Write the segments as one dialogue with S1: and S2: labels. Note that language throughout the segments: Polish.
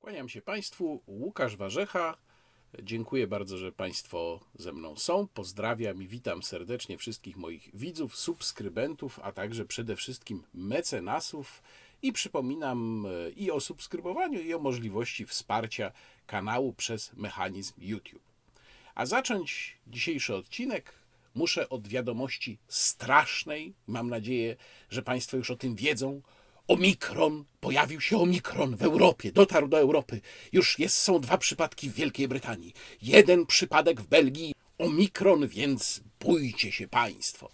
S1: Kłaniam się Państwu, Łukasz Warzecha. Dziękuję bardzo, że Państwo ze mną są. Pozdrawiam i witam serdecznie wszystkich moich widzów, subskrybentów, a także przede wszystkim mecenasów. I przypominam i o subskrybowaniu, i o możliwości wsparcia kanału przez mechanizm YouTube. A zacząć dzisiejszy odcinek muszę od wiadomości strasznej. Mam nadzieję, że Państwo już o tym wiedzą. Omikron, pojawił się Omikron w Europie, dotarł do Europy. Już są 2 przypadki w Wielkiej Brytanii, 1 przypadek w Belgii. Omikron, więc bójcie się Państwo.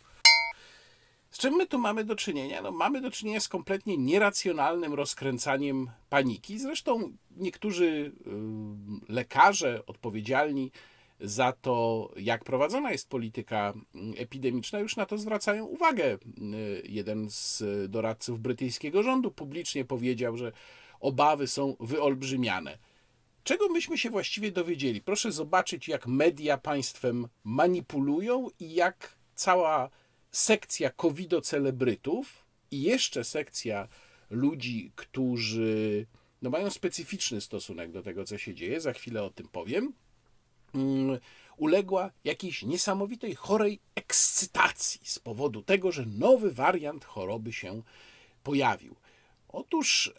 S1: Z czym my tu mamy do czynienia? No, mamy do czynienia z kompletnie nieracjonalnym rozkręcaniem paniki. Zresztą niektórzy lekarze odpowiedzialni za to, jak prowadzona jest polityka epidemiczna, już na to zwracają uwagę. Jeden z doradców brytyjskiego rządu publicznie powiedział, że obawy są wyolbrzymiane. Czego myśmy się właściwie dowiedzieli? Proszę zobaczyć, jak media państwem manipulują i jak cała sekcja covidocelebrytów i jeszcze sekcja ludzi, którzy mają specyficzny stosunek do tego, co się dzieje, za chwilę o tym powiem, uległa jakiejś niesamowitej, chorej ekscytacji z powodu tego, że nowy wariant choroby się pojawił. Otóż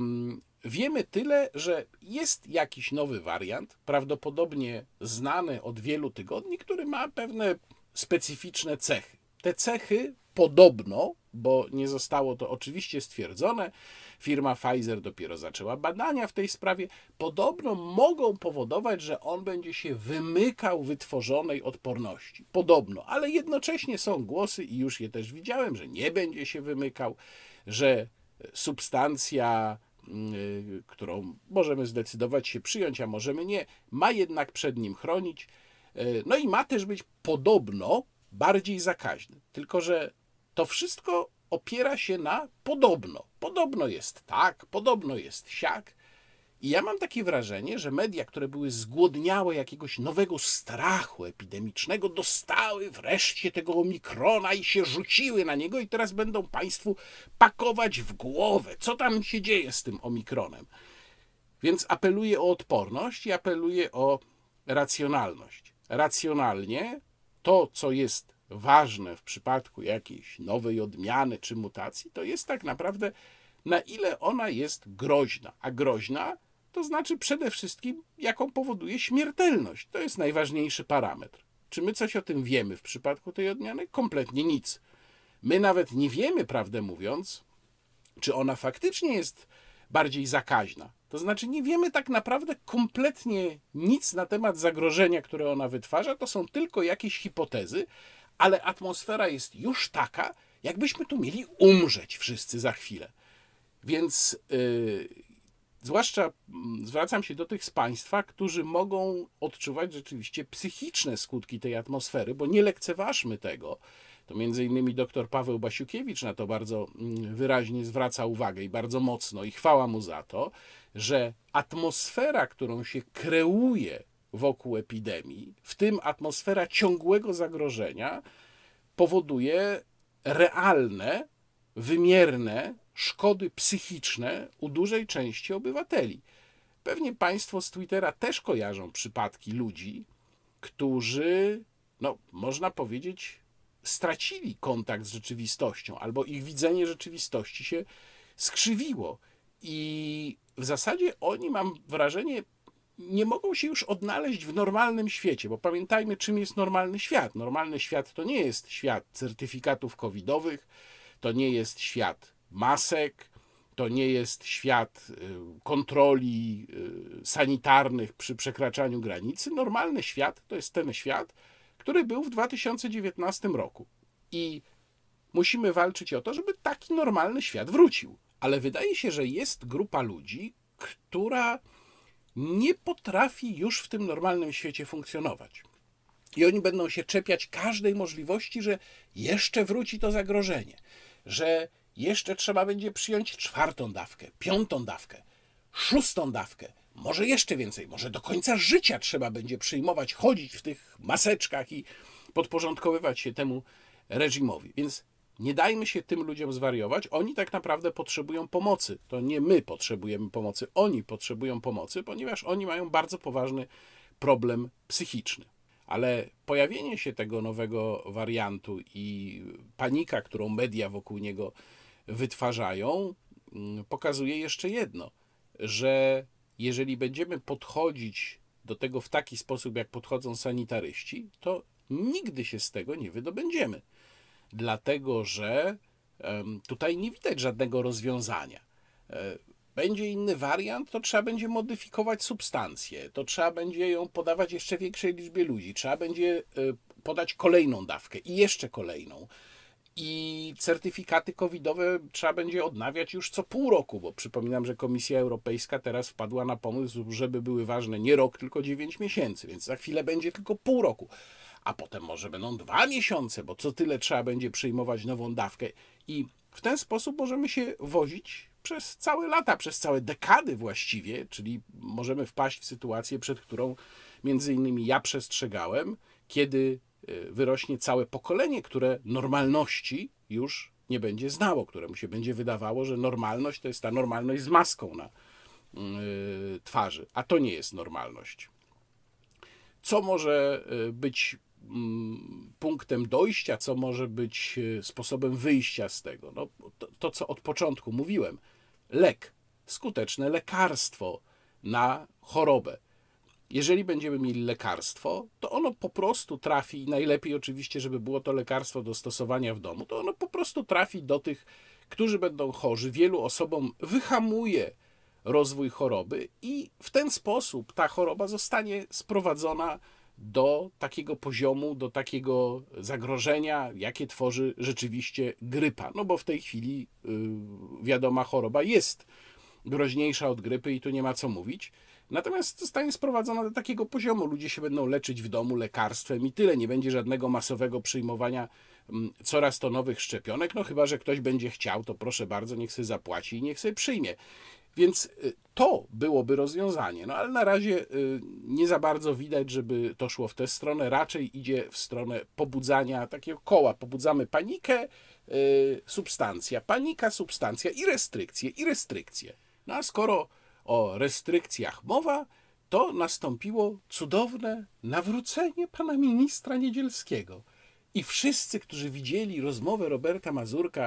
S1: wiemy tyle, że jest jakiś nowy wariant, prawdopodobnie znany od wielu tygodni, który ma pewne specyficzne cechy. Te cechy podobno, bo nie zostało to oczywiście stwierdzone, firma Pfizer dopiero zaczęła badania w tej sprawie, podobno mogą powodować, że on będzie się wymykał wytworzonej odporności. Podobno, ale jednocześnie są głosy, i już je też widziałem, że nie będzie się wymykał, że substancja, którą możemy zdecydować się przyjąć, a możemy nie, ma jednak przed nim chronić. No i ma też być podobno bardziej zakaźny. Tylko że to wszystko opiera się na podobno. Podobno jest tak, podobno jest siak. I ja mam takie wrażenie, że media, które były zgłodniałe jakiegoś nowego strachu epidemicznego, dostały wreszcie tego Omikrona i się rzuciły na niego i teraz będą Państwu pakować w głowę, co tam się dzieje z tym Omikronem. Więc apeluję o odporność i apeluję o racjonalność. Racjonalnie to, co jest ważne w przypadku jakiejś nowej odmiany czy mutacji, to jest tak naprawdę, na ile ona jest groźna. A groźna to znaczy przede wszystkim, jaką powoduje śmiertelność. To jest najważniejszy parametr. Czy my coś o tym wiemy w przypadku tej odmiany? Kompletnie nic. My nawet nie wiemy, prawdę mówiąc, czy ona faktycznie jest bardziej zakaźna. To znaczy nie wiemy tak naprawdę kompletnie nic na temat zagrożenia, które ona wytwarza. To są tylko jakieś hipotezy, ale atmosfera jest już taka, jakbyśmy tu mieli umrzeć wszyscy za chwilę. Więc zwłaszcza zwracam się do tych z Państwa, którzy mogą odczuwać rzeczywiście psychiczne skutki tej atmosfery, bo nie lekceważmy tego. To między innymi dr Paweł Basiukiewicz na to bardzo wyraźnie zwraca uwagę i bardzo mocno, i chwała mu za to, że atmosfera, którą się kreuje wokół epidemii, w tym atmosfera ciągłego zagrożenia, powoduje realne, wymierne szkody psychiczne u dużej części obywateli. Pewnie Państwo z Twittera też kojarzą przypadki ludzi, którzy, można powiedzieć, stracili kontakt z rzeczywistością, albo ich widzenie rzeczywistości się skrzywiło. I w zasadzie oni, mam wrażenie, nie mogą się już odnaleźć w normalnym świecie, bo pamiętajmy, czym jest normalny świat. Normalny świat to nie jest świat certyfikatów covidowych, to nie jest świat masek, to nie jest świat kontroli sanitarnych przy przekraczaniu granicy. Normalny świat to jest ten świat, który był w 2019 roku. I musimy walczyć o to, żeby taki normalny świat wrócił. Ale wydaje się, że jest grupa ludzi, która nie potrafi już w tym normalnym świecie funkcjonować. I oni będą się czepiać każdej możliwości, że jeszcze wróci to zagrożenie, że jeszcze trzeba będzie przyjąć 4. dawkę, 5. dawkę, 6. dawkę, może jeszcze więcej, może do końca życia trzeba będzie przyjmować, chodzić w tych maseczkach i podporządkowywać się temu reżimowi. Więc Nie dajmy się tym ludziom zwariować. Oni tak naprawdę potrzebują pomocy. To nie my potrzebujemy pomocy, oni potrzebują pomocy, ponieważ oni mają bardzo poważny problem psychiczny. Ale pojawienie się tego nowego wariantu i panika, którą media wokół niego wytwarzają, pokazuje jeszcze jedno, że jeżeli będziemy podchodzić do tego w taki sposób, jak podchodzą sanitaryści, to nigdy się z tego nie wydobędziemy. Dlatego, że tutaj nie widać żadnego rozwiązania. Będzie inny wariant, to trzeba będzie modyfikować substancję, to trzeba będzie ją podawać jeszcze większej liczbie ludzi, trzeba będzie podać kolejną dawkę i jeszcze kolejną. I certyfikaty covidowe trzeba będzie odnawiać już co pół roku, bo przypominam, że Komisja Europejska teraz wpadła na pomysł, żeby były ważne nie rok, tylko 9 miesięcy, więc za chwilę będzie tylko pół roku. A potem może będą 2 miesiące, bo co tyle trzeba będzie przyjmować nową dawkę. I w ten sposób możemy się wozić przez całe lata, przez całe dekady właściwie, czyli możemy wpaść w sytuację, przed którą między innymi ja przestrzegałem, kiedy wyrośnie całe pokolenie, które normalności już nie będzie znało, któremu się będzie wydawało, że normalność to jest ta normalność z maską na twarzy, a to nie jest normalność. Co może być punktem dojścia, co może być sposobem wyjścia z tego? No, to, co od początku mówiłem. Lek, skuteczne lekarstwo na chorobę. Jeżeli będziemy mieli lekarstwo, to ono po prostu trafi, i najlepiej oczywiście, żeby było to lekarstwo do stosowania w domu, to ono po prostu trafi do tych, którzy będą chorzy. Wielu osobom wyhamuje rozwój choroby i w ten sposób ta choroba zostanie sprowadzona do takiego poziomu, do takiego zagrożenia, jakie tworzy rzeczywiście grypa. No bo w tej chwili wiadoma choroba jest groźniejsza od grypy i tu nie ma co mówić. Natomiast zostanie sprowadzona do takiego poziomu. Ludzie się będą leczyć w domu lekarstwem i tyle. Nie będzie żadnego masowego przyjmowania coraz to nowych szczepionek. No chyba że ktoś będzie chciał, to proszę bardzo, niech sobie zapłaci i niech sobie przyjmie. Więc to byłoby rozwiązanie. No ale na razie nie za bardzo widać, żeby to szło w tę stronę. Raczej idzie w stronę pobudzania takiego koła. Pobudzamy panikę, substancja. Panika, substancja i restrykcje, i restrykcje. No a skoro o restrykcjach mowa, to nastąpiło cudowne nawrócenie pana ministra Niedzielskiego. I wszyscy, którzy widzieli rozmowę Roberta Mazurka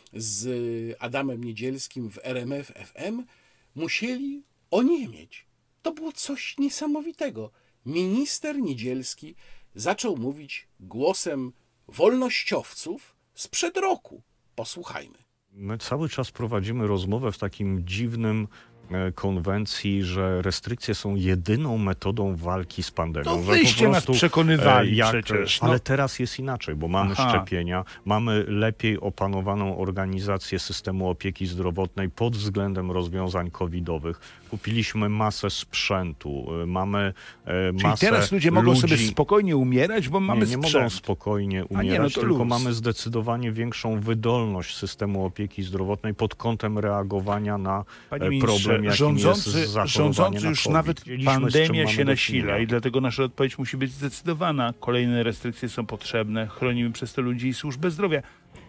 S1: z Adamem Niedzielskim w RMF FM, musieli oniemieć. To było coś niesamowitego. Minister Niedzielski zaczął mówić głosem wolnościowców sprzed roku. Posłuchajmy.
S2: My cały czas prowadzimy rozmowę w takim dziwnym konwencji, że restrykcje są jedyną metodą walki z pandemią.
S3: To wyście nas przekonywali przecież.
S2: Ale teraz jest inaczej, bo mamy szczepienia, mamy lepiej opanowaną organizację systemu opieki zdrowotnej pod względem rozwiązań covidowych. Kupiliśmy masę sprzętu, mamy masę
S3: Czyli teraz ludzie mogą sobie spokojnie umierać, bo mamy sprzęt.
S2: Nie mogą spokojnie umierać,
S3: to
S2: tylko mamy zdecydowanie większą wydolność systemu opieki zdrowotnej pod kątem reagowania na problem, jakim jest zachorowanie
S3: rządzący już
S2: na COVID.
S3: nawet pandemia się nasila i dlatego nasza odpowiedź musi być zdecydowana. Kolejne restrykcje są potrzebne, chronimy przez to ludzi i służbę zdrowia.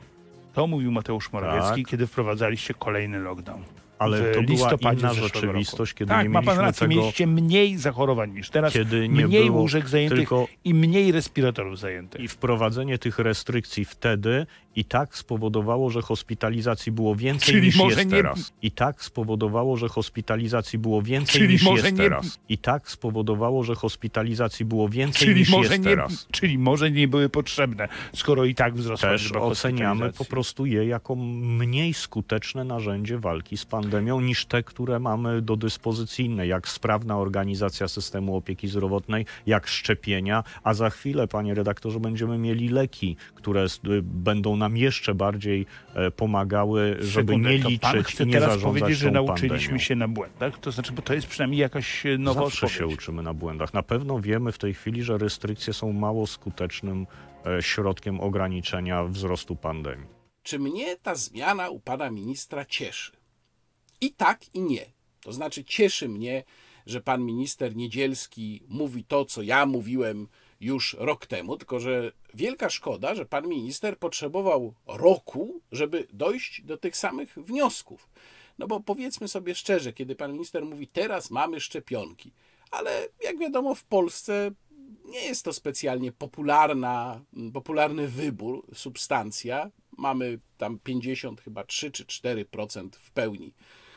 S3: To mówił Mateusz Morawiecki, kiedy wprowadzaliście kolejny lockdown.
S2: Ale to była inna rzeczywistość, kiedy nie mieliśmy
S3: ma pan rację,
S2: tego...
S3: mieliście mniej zachorowań niż teraz,
S2: kiedy nie
S3: mniej
S2: było
S3: łóżek zajętych i mniej respiratorów zajętych.
S2: I wprowadzenie tych restrykcji wtedy i tak spowodowało, że hospitalizacji było więcej niż jest teraz. I tak spowodowało, że hospitalizacji było więcej niż jest teraz. I tak spowodowało, że hospitalizacji było więcej niż jest teraz.
S3: Czyli może nie były potrzebne, skoro i tak wzrosła
S2: liczba hospitalizacji. Oceniamy po prostu je jako mniej skuteczne narzędzie walki z pandemią niż te, które mamy do dyspozycji inne, jak sprawna organizacja systemu opieki zdrowotnej, jak szczepienia, a za chwilę, panie redaktorze, będziemy mieli leki, które będą nam jeszcze bardziej pomagały, żeby nie liczyć i nie
S3: teraz
S2: zarządzać
S3: powiedzieć, że nauczyliśmy
S2: pandemią.
S3: się na błędach? To znaczy, bo to jest przynajmniej jakaś nowa
S2: Zawsze
S3: odpowiedź.
S2: się uczymy na błędach. Na pewno wiemy w tej chwili, że restrykcje są mało skutecznym środkiem ograniczenia wzrostu pandemii.
S1: Czy mnie ta zmiana u pana ministra cieszy? I tak, i nie. To znaczy cieszy mnie, że pan minister Niedzielski mówi to, co ja mówiłem już rok temu, tylko że wielka szkoda, że pan minister potrzebował roku, żeby dojść do tych samych wniosków. No bo powiedzmy sobie szczerze, kiedy pan minister mówi, teraz mamy szczepionki, ale jak wiadomo w Polsce nie jest to specjalnie popularny wybór, substancja. Mamy tam 50, chyba 3 czy 4% w pełni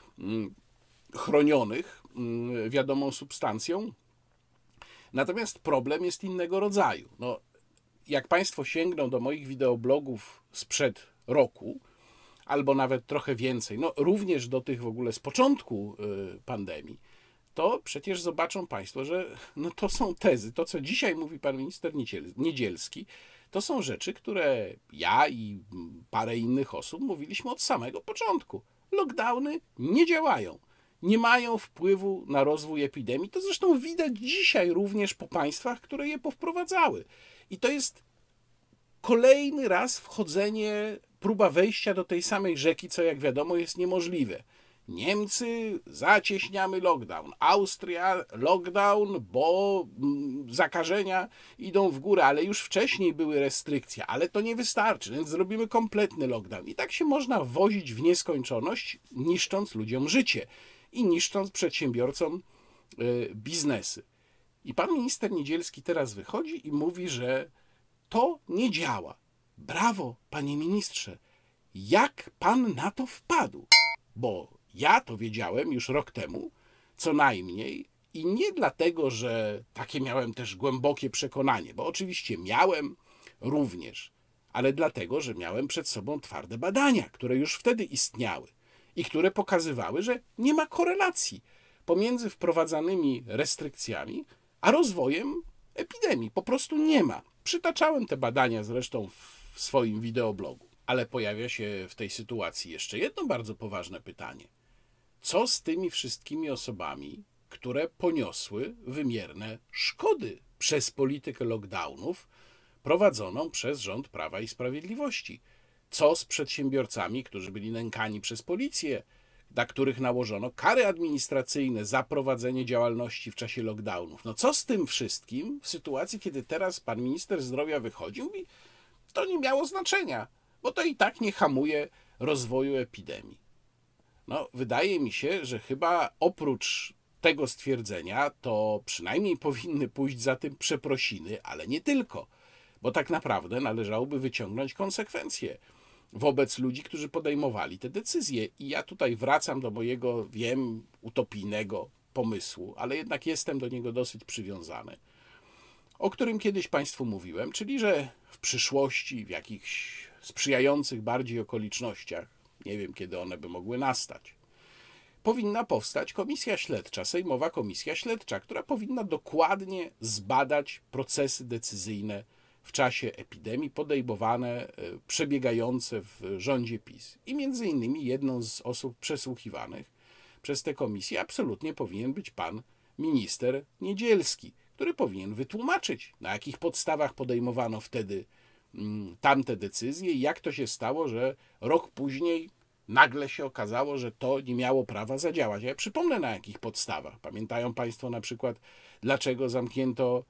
S1: chronionych wiadomą substancją. Natomiast problem jest innego rodzaju. No, jak państwo sięgną do moich wideoblogów sprzed roku, albo nawet trochę więcej, no również do tych w ogóle z początku pandemii, to przecież zobaczą państwo, że no to są tezy. To, co dzisiaj mówi pan minister Niedzielski, to są rzeczy, które ja i parę innych osób mówiliśmy od samego początku. Lockdowny nie działają. Nie mają wpływu na rozwój epidemii. To zresztą widać dzisiaj również po państwach, które je powprowadzały. I to jest kolejny raz wchodzenie, próba wejścia do tej samej rzeki, co jak wiadomo jest niemożliwe. Niemcy, zacieśniamy lockdown. Austria, lockdown, bo zakażenia idą w górę, ale już wcześniej były restrykcje, ale to nie wystarczy, więc zrobimy kompletny lockdown. I tak się można wozić w nieskończoność, niszcząc ludziom życie i niszcząc przedsiębiorcom biznesy. I pan minister Niedzielski teraz wychodzi i mówi, że to nie działa. Brawo, panie ministrze. Jak pan na to wpadł? Bo ja to wiedziałem już rok temu, co najmniej, i nie dlatego, że takie miałem też głębokie przekonanie, bo oczywiście miałem również, ale dlatego, że miałem przed sobą twarde badania, które już wtedy istniały i które pokazywały, że nie ma korelacji pomiędzy wprowadzanymi restrykcjami a rozwojem epidemii. Po prostu nie ma. Przytaczałem te badania zresztą w swoim wideoblogu. Ale pojawia się w tej sytuacji jeszcze jedno bardzo poważne pytanie. Co z tymi wszystkimi osobami, które poniosły wymierne szkody przez politykę lockdownów prowadzoną przez rząd Prawa i Sprawiedliwości? Co z przedsiębiorcami, którzy byli nękani przez policję, na których nałożono kary administracyjne za prowadzenie działalności w czasie lockdownów? No co z tym wszystkim w sytuacji, kiedy teraz pan minister zdrowia wychodził i to nie miało znaczenia, bo to i tak nie hamuje rozwoju epidemii. No, wydaje mi się, że chyba oprócz tego stwierdzenia, to przynajmniej powinny pójść za tym przeprosiny, ale nie tylko, bo tak naprawdę należałoby wyciągnąć konsekwencje wobec ludzi, którzy podejmowali te decyzje. I ja tutaj wracam do mojego, wiem, utopijnego pomysłu, ale jednak jestem do niego dosyć przywiązany, o którym kiedyś państwu mówiłem, czyli że w przyszłości, w jakichś sprzyjających bardziej okolicznościach, nie wiem kiedy one by mogły nastać, powinna powstać komisja śledcza, sejmowa komisja śledcza, która powinna dokładnie zbadać procesy decyzyjne w czasie epidemii podejmowane, przebiegające w rządzie PiS. I między innymi jedną z osób przesłuchiwanych przez tę komisję absolutnie powinien być pan minister Niedzielski, który powinien wytłumaczyć, na jakich podstawach podejmowano wtedy tamte decyzje i jak to się stało, że rok później nagle się okazało, że to nie miało prawa zadziałać. Ja przypomnę, na jakich podstawach. Pamiętają państwo na przykład, dlaczego zamknięto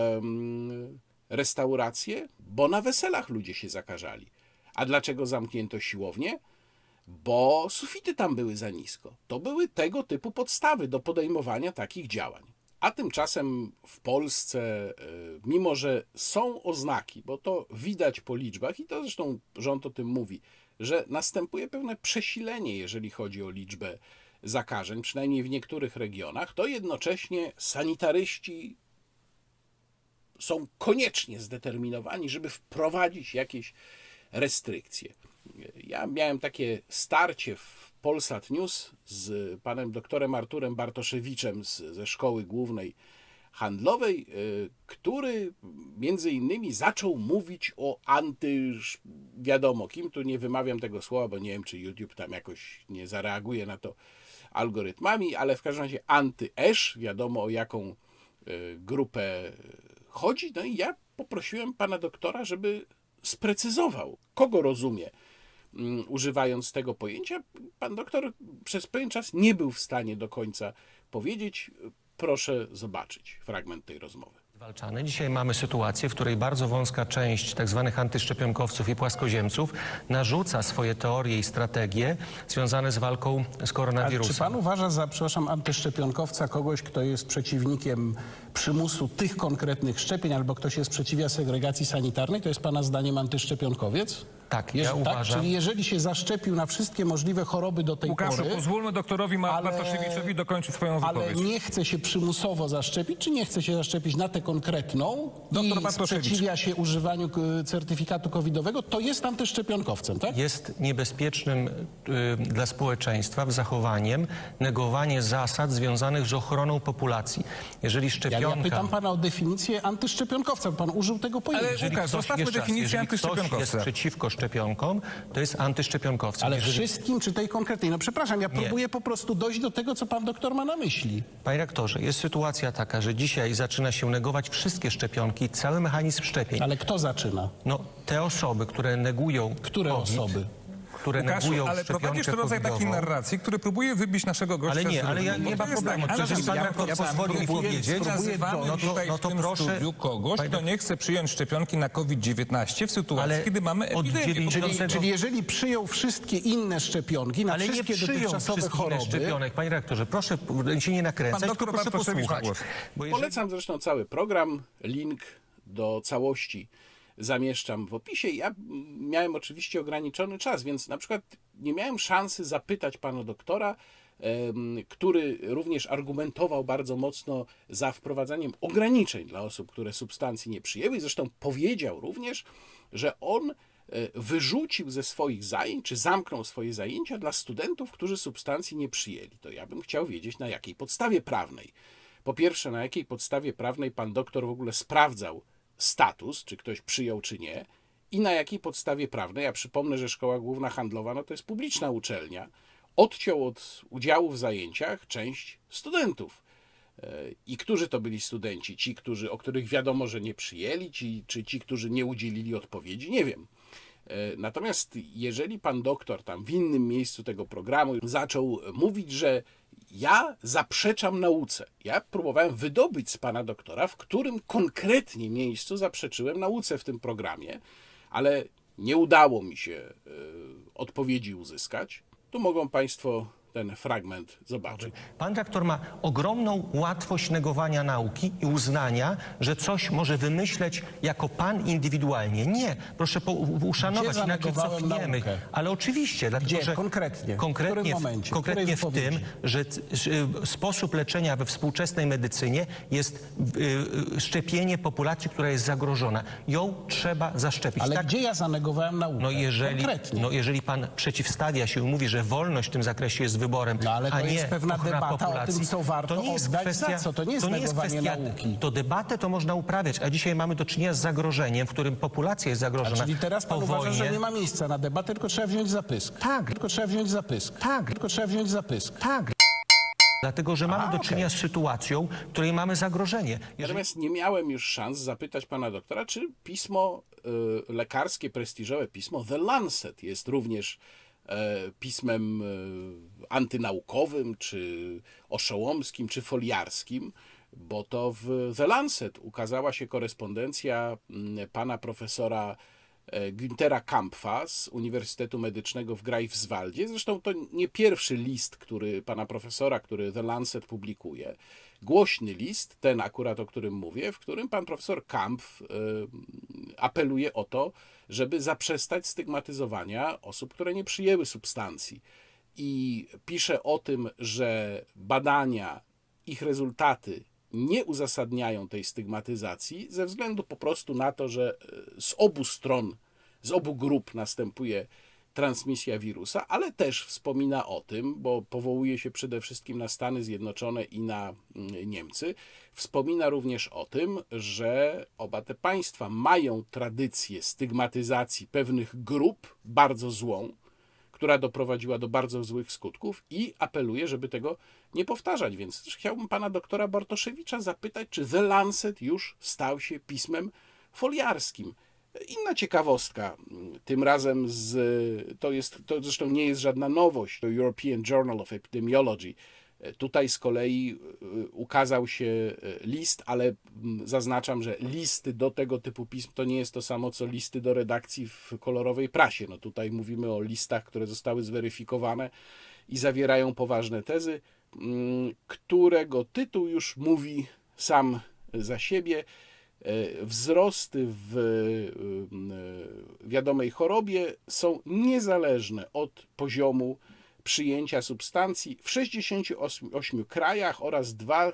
S1: restauracje? Bo na weselach ludzie się zakażali. A dlaczego zamknięto siłownie? Bo sufity tam były za nisko. To były tego typu podstawy do podejmowania takich działań. A tymczasem w Polsce, mimo że są oznaki, bo to widać po liczbach i to zresztą rząd o tym mówi, że następuje pewne przesilenie, jeżeli chodzi o liczbę zakażeń, przynajmniej w niektórych regionach, to jednocześnie sanitaryści są koniecznie zdeterminowani, żeby wprowadzić jakieś restrykcje. Ja miałem takie starcie w Polsat News z panem doktorem Arturem Bartoszewiczem ze Szkoły Głównej Handlowej, który między innymi zaczął mówić o wiadomo kim, tu nie wymawiam tego słowa, bo nie wiem, czy YouTube tam jakoś nie zareaguje na to algorytmami, ale w każdym razie anty-esz, wiadomo o jaką grupę chodzi. No i ja poprosiłem pana doktora, żeby sprecyzował, kogo rozumie, używając tego pojęcia. Pan doktor przez pewien czas nie był w stanie do końca powiedzieć. Proszę zobaczyć fragment tej rozmowy.
S4: Zwalczane. Dzisiaj mamy sytuację, w której bardzo wąska część tak zwanych antyszczepionkowców i płaskoziemców narzuca swoje teorie i strategie związane z walką z koronawirusem.
S5: Czy pan uważa za, przepraszam, antyszczepionkowca kogoś, kto jest przeciwnikiem przymusu tych konkretnych szczepień, albo ktoś się sprzeciwia segregacji sanitarnej? To jest pana zdaniem antyszczepionkowiec?
S4: Tak, ja uważam.
S5: Czyli jeżeli się zaszczepił na wszystkie możliwe choroby do tej
S6: Łukaszu,
S5: pory...
S6: pozwólmy doktorowi Bartoszewiczowi dokończyć swoją wypowiedź.
S5: Ale nie chce się przymusowo zaszczepić, czy nie chce się zaszczepić na tę konkretną
S6: Doktor
S5: i
S6: Bartoszewicz.
S5: sprzeciwia się używaniu certyfikatu covidowego, to jest antyszczepionkowcem, tak?
S4: Jest niebezpiecznym dla społeczeństwa zachowaniem negowanie zasad związanych z ochroną populacji. Jeżeli szczepionka...
S5: Ja pytam pana o definicję antyszczepionkowca, bo pan użył tego pojęcia.
S6: Ale Łukasz, zostawmy definicję
S4: jeżeli ktoś
S6: antyszczepionkowca.
S4: jest przeciwko szczepionkom, to jest antyszczepionkowcem.
S5: Ale
S4: Jeżeli...
S5: wszystkim, czy tej konkretnej? No przepraszam, ja próbuję po prostu dojść do tego, co pan doktor ma na myśli.
S4: Panie rektorze, jest sytuacja taka, że dzisiaj zaczyna się negować wszystkie szczepionki, cały mechanizm szczepień.
S5: Ale kto zaczyna?
S4: No, te osoby, które negują
S5: Które
S4: COVID,
S5: osoby?
S4: które
S6: Łukaszu,
S4: negują
S6: ale prowadzisz to rodzaj takiej
S4: covidową.
S6: narracji, który próbuje wybić naszego gościa
S4: Ale nie,
S6: z
S4: ale ja
S6: rozumu.
S4: nie
S6: Bo
S4: ma
S6: to jest
S4: problemu.
S6: tak,
S4: Jeżeli pan doktor pozwoli mi powiedzieć,
S6: nazywamy
S4: no to
S6: w tym
S4: proszę...
S6: studiu kogoś, kto nie chce przyjąć szczepionki na COVID-19 w sytuacji,
S4: Ale
S6: kiedy mamy
S4: od
S6: epidemię.
S4: 90
S5: Czyli jeżeli przyjął wszystkie inne szczepionki na
S4: Ale nie
S5: wszystkie
S4: przyjął
S5: dotychczasowe
S4: wszystkich innych
S5: choroby...
S4: szczepionek. Panie rektorze, proszę się nie nakręcać,
S6: Pan doktor
S4: tylko proszę
S6: Bartoszewicz ma
S4: posłuchać.
S6: głos.
S4: Bo jeżeli...
S1: Polecam zresztą cały program, link do całości zamieszczam w opisie. Ja miałem oczywiście ograniczony czas, więc na przykład nie miałem szansy zapytać pana doktora, który również argumentował bardzo mocno za wprowadzaniem ograniczeń dla osób, które substancji nie przyjęły. I zresztą powiedział również, że on wyrzucił ze swoich zajęć, czy zamknął swoje zajęcia dla studentów, którzy substancji nie przyjęli. To ja bym chciał wiedzieć, na jakiej podstawie prawnej. Po pierwsze, na jakiej podstawie prawnej pan doktor w ogóle sprawdzał status, czy ktoś przyjął, czy nie, i na jakiej podstawie prawnej, ja przypomnę, że Szkoła Główna Handlowa no to jest publiczna uczelnia, odciął od udziału w zajęciach część studentów. I którzy to byli studenci? Ci, o których wiadomo, że nie przyjęli, czy ci, którzy nie udzielili odpowiedzi? Nie wiem. Natomiast jeżeli pan doktor tam w innym miejscu tego programu zaczął mówić, że ja zaprzeczam nauce. Ja próbowałem wydobyć z pana doktora, w którym konkretnie miejscu zaprzeczyłem nauce w tym programie, ale nie udało mi się odpowiedzi uzyskać. Tu mogą państwo ten fragment zobaczyć.
S4: Pan rektor ma ogromną łatwość negowania nauki i uznania, że coś może wymyśleć jako pan indywidualnie. Nie, proszę uszanować,
S5: Gdzie
S4: inaczej
S5: zanegowałem
S4: cofniemy.
S5: naukę?
S4: Ale oczywiście, dlatego,
S5: Gdzie?
S4: że
S5: Konkretnie? W
S4: Konkretnie,
S5: którym momencie?
S4: konkretnie w
S5: Której
S4: tym, że sposób leczenia we współczesnej medycynie jest szczepienie populacji, która jest zagrożona. Ją trzeba zaszczepić.
S5: Ale
S4: Tak?
S5: gdzie ja zanegowałem naukę? Konkretnie.
S4: Jeżeli pan przeciwstawia się i mówi, że wolność w tym zakresie jest wyborem,
S5: No ale to
S4: a nie
S5: jest pewna
S4: ochrona
S5: debata
S4: populacji,
S5: o tym, co warto
S4: to nie jest
S5: oddać
S4: kwestia,
S5: za co. To nie jest negowanie
S4: kwestia,
S5: nauki.
S4: To debatę to można uprawiać, a dzisiaj mamy do czynienia z zagrożeniem, w którym populacja jest zagrożona.
S5: Czyli teraz pan
S4: po
S5: uważa,
S4: wojnie.
S5: że nie ma miejsca na debatę, tylko trzeba wziąć zapysk.
S4: Tak.
S5: Tylko trzeba wziąć zapysk.
S4: Tak.
S5: Tylko trzeba wziąć zapysk.
S4: Tak. Dlatego, że mamy do czynienia z sytuacją, w której mamy zagrożenie. Jeżeli...
S1: Natomiast nie miałem już szans zapytać pana doktora, czy pismo lekarskie, prestiżowe pismo The Lancet jest również pismem antynaukowym, czy oszołomskim, czy foliarskim, bo to w The Lancet ukazała się korespondencja pana profesora Günthera Kampfa z Uniwersytetu Medycznego w Greifswaldzie. Zresztą to nie pierwszy list, pana profesora, który The Lancet publikuje. Głośny list, ten akurat, o którym mówię, w którym pan profesor Kampf apeluje o to, żeby zaprzestać stygmatyzowania osób, które nie przyjęły substancji. I pisze o tym, że badania, ich rezultaty nie uzasadniają tej stygmatyzacji ze względu po prostu na to, że z obu stron, z obu grup następuje transmisja wirusa, ale też wspomina o tym, bo powołuje się przede wszystkim na Stany Zjednoczone i na Niemcy, wspomina również o tym, że oba te państwa mają tradycję stygmatyzacji pewnych grup, bardzo złą, która doprowadziła do bardzo złych skutków i apeluje, żeby tego nie powtarzać. Więc też chciałbym pana doktora Bartoszewicza zapytać, czy The Lancet już stał się pismem foliarskim. Inna ciekawostka, tym razem to zresztą nie jest żadna nowość, to European Journal of Epidemiology Tutaj z kolei ukazał się list, ale zaznaczam, że listy do tego typu pism to nie jest to samo, co listy do redakcji w kolorowej prasie. No tutaj mówimy o listach, które zostały zweryfikowane i zawierają poważne tezy, którego tytuł już mówi sam za siebie. Wzrosty w wiadomej chorobie są niezależne od poziomu przyjęcia substancji w 68 krajach oraz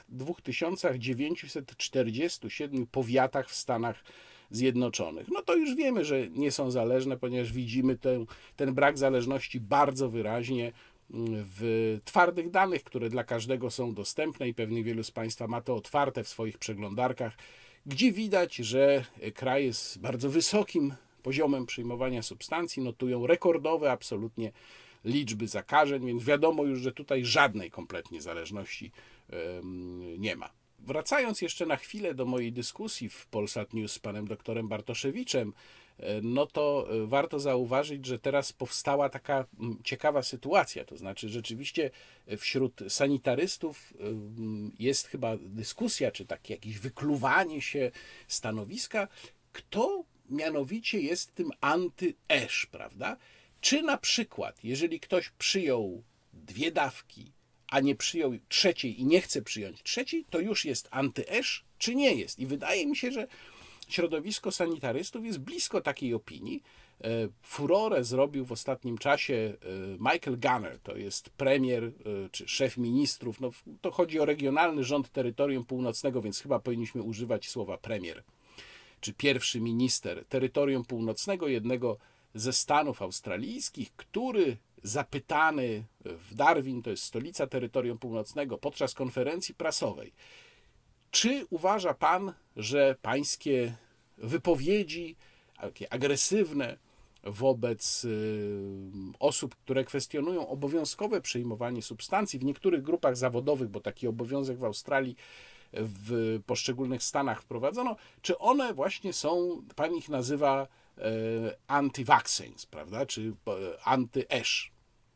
S1: 2947 powiatach w Stanach Zjednoczonych. No to już wiemy, że nie są zależne, ponieważ widzimy ten brak zależności bardzo wyraźnie w twardych danych, które dla każdego są dostępne i pewnie wielu z Państwa ma to otwarte w swoich przeglądarkach, gdzie widać, że kraje z bardzo wysokim poziomem przyjmowania substancji notują rekordowe absolutnie liczby zakażeń, więc wiadomo już, że tutaj żadnej kompletnie zależności nie ma. Wracając jeszcze na chwilę do mojej dyskusji w Polsat News z panem doktorem Bartoszewiczem, no to warto zauważyć, że teraz powstała taka ciekawa sytuacja, to znaczy rzeczywiście wśród sanitarystów jest chyba dyskusja, czy takie jakieś wykluwanie się stanowiska, kto mianowicie jest tym anty-ESZ, prawda? Czy na przykład, jeżeli ktoś przyjął 2 dawki, a nie przyjął trzeciej i nie chce przyjąć trzeciej, to już jest anty-ESZ, czy nie jest? I wydaje mi się, że środowisko sanitarystów jest blisko takiej opinii. Furorę zrobił w ostatnim czasie Michael Gunner, to jest premier czy szef ministrów. No, to chodzi o regionalny rząd terytorium północnego, więc chyba powinniśmy używać słowa premier, czy pierwszy minister terytorium północnego, jednego ze stanów australijskich, który zapytany w Darwin, to jest stolica terytorium północnego, podczas konferencji prasowej, czy uważa pan, że pańskie wypowiedzi, takie agresywne wobec osób, które kwestionują obowiązkowe przyjmowanie substancji w niektórych grupach zawodowych, bo taki obowiązek w Australii w poszczególnych stanach wprowadzono, czy one właśnie są, pan ich nazywa anti-vaccines, prawda, czy anty-ESZ.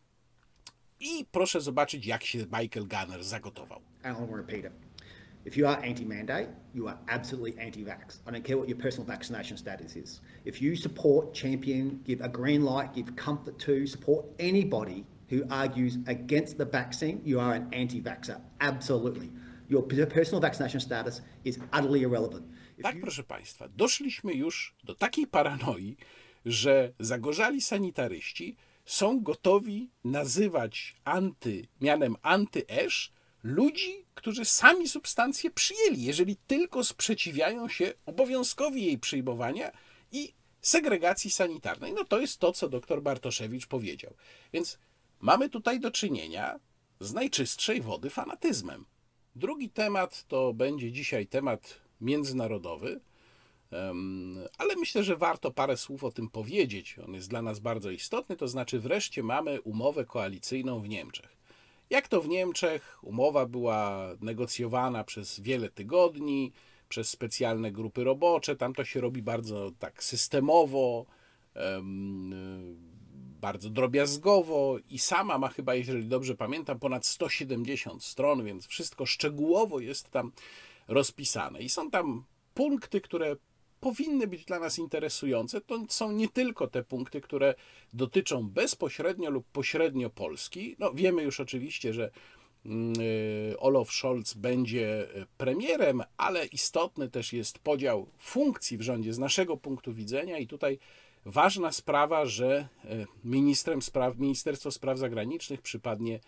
S1: I proszę zobaczyć, jak się Michael Gunner zagotował.
S7: Alan repeater. If you are anti-mandate, you are absolutely anti-vax. I don't care what your personal vaccination status is. If you support, champion, give a green light, give comfort to, support anybody who argues against the vaccine, you are an anti-vaxxer. Absolutely. Your personal vaccination status is utterly irrelevant.
S1: Tak, proszę Państwa, doszliśmy już do takiej paranoi, że zagorzali sanitaryści są gotowi nazywać mianem anty-ESZ ludzi, którzy sami substancję przyjęli, jeżeli tylko sprzeciwiają się obowiązkowi jej przyjmowania i segregacji sanitarnej. No to jest to, co dr Bartoszewicz powiedział. Więc mamy tutaj do czynienia z najczystszej wody fanatyzmem. Drugi temat to będzie dzisiaj temat międzynarodowy, ale myślę, że warto parę słów o tym powiedzieć. On jest dla nas bardzo istotny, to znaczy wreszcie mamy umowę koalicyjną w Niemczech. Jak to w Niemczech? Umowa była negocjowana przez wiele tygodni, przez specjalne grupy robocze. Tam to się robi bardzo tak systemowo, bardzo drobiazgowo i sama ma chyba, jeżeli dobrze pamiętam, ponad 170 stron, więc wszystko szczegółowo jest tam rozpisane. I są tam punkty, które powinny być dla nas interesujące. To są nie tylko te punkty, które dotyczą bezpośrednio lub pośrednio Polski. No, wiemy już oczywiście, że Olaf Scholz będzie premierem, ale istotny też jest podział funkcji w rządzie z naszego punktu widzenia i tutaj ważna sprawa, że Ministerstwo Spraw Zagranicznych przypadnie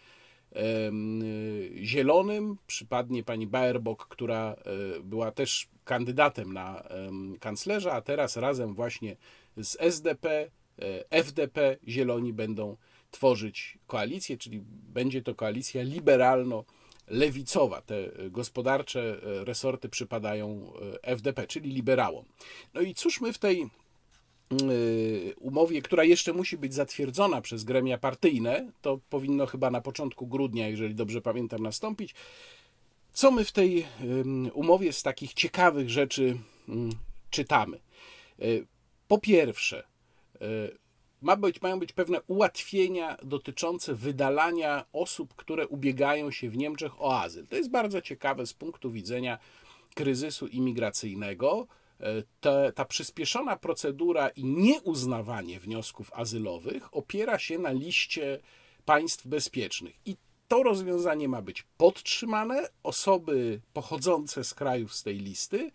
S1: Zielonym, przypadnie pani Baerbock, która była też kandydatem na kanclerza, a teraz razem właśnie z SDP, FDP, Zieloni będą tworzyć koalicję, czyli będzie to koalicja liberalno-lewicowa. Te gospodarcze resorty przypadają FDP, czyli liberałom. No i cóż my w tej umowie, która jeszcze musi być zatwierdzona przez gremia partyjne, to powinno chyba na początku grudnia, jeżeli dobrze pamiętam, nastąpić. Co my w tej umowie z takich ciekawych rzeczy czytamy? Po pierwsze, mają być pewne ułatwienia dotyczące wydalania osób, które ubiegają się w Niemczech o azyl. To jest bardzo ciekawe z punktu widzenia kryzysu imigracyjnego. Ta przyspieszona procedura i nieuznawanie wniosków azylowych opiera się na liście państw bezpiecznych. I to rozwiązanie ma być podtrzymane. Osoby pochodzące z krajów z tej listy,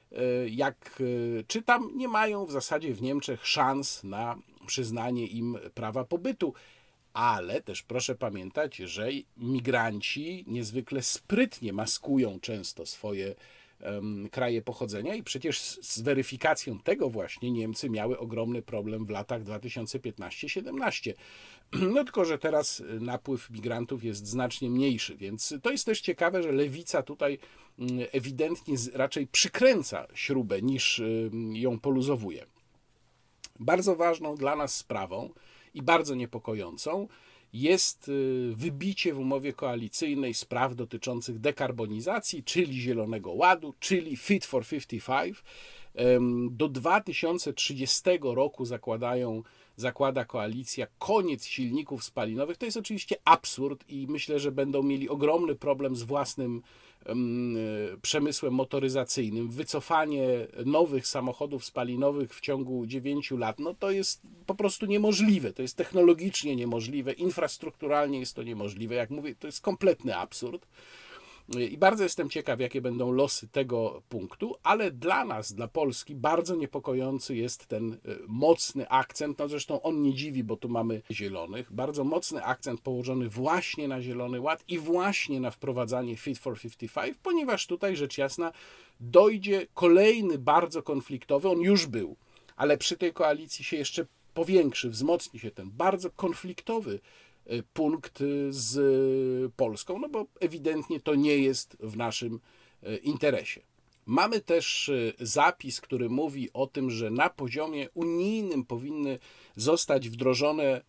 S1: jak czytam, nie mają w zasadzie w Niemczech szans na przyznanie im prawa pobytu. Ale też proszę pamiętać, że migranci niezwykle sprytnie maskują często swoje kraje pochodzenia i przecież z weryfikacją tego właśnie Niemcy miały ogromny problem w latach 2015-17. No tylko, że teraz napływ migrantów jest znacznie mniejszy, więc to jest też ciekawe, że lewica tutaj ewidentnie raczej przykręca śrubę niż ją poluzowuje. Bardzo ważną dla nas sprawą i bardzo niepokojącą jest wybicie w umowie koalicyjnej spraw dotyczących dekarbonizacji, czyli Zielonego Ładu, czyli Fit for 55. Do 2030 roku zakłada koalicja koniec silników spalinowych. To jest oczywiście absurd i myślę, że będą mieli ogromny problem z własnym przemysłem motoryzacyjnym. Wycofanie nowych samochodów spalinowych w ciągu 9 lat, no to jest po prostu niemożliwe. To jest technologicznie niemożliwe, infrastrukturalnie jest to niemożliwe. Jak mówię, to jest kompletny absurd. I bardzo jestem ciekaw, jakie będą losy tego punktu, ale dla nas, dla Polski, bardzo niepokojący jest ten mocny akcent, no zresztą on nie dziwi, bo tu mamy zielonych, bardzo mocny akcent położony właśnie na Zielony Ład i właśnie na wprowadzanie Fit for 55, ponieważ tutaj rzecz jasna dojdzie kolejny bardzo konfliktowy, on już był, ale przy tej koalicji się jeszcze powiększy, wzmocni się ten bardzo konfliktowy punkt z Polską, no bo ewidentnie to nie jest w naszym interesie. Mamy też zapis, który mówi o tym, że na poziomie unijnym powinny zostać wdrożone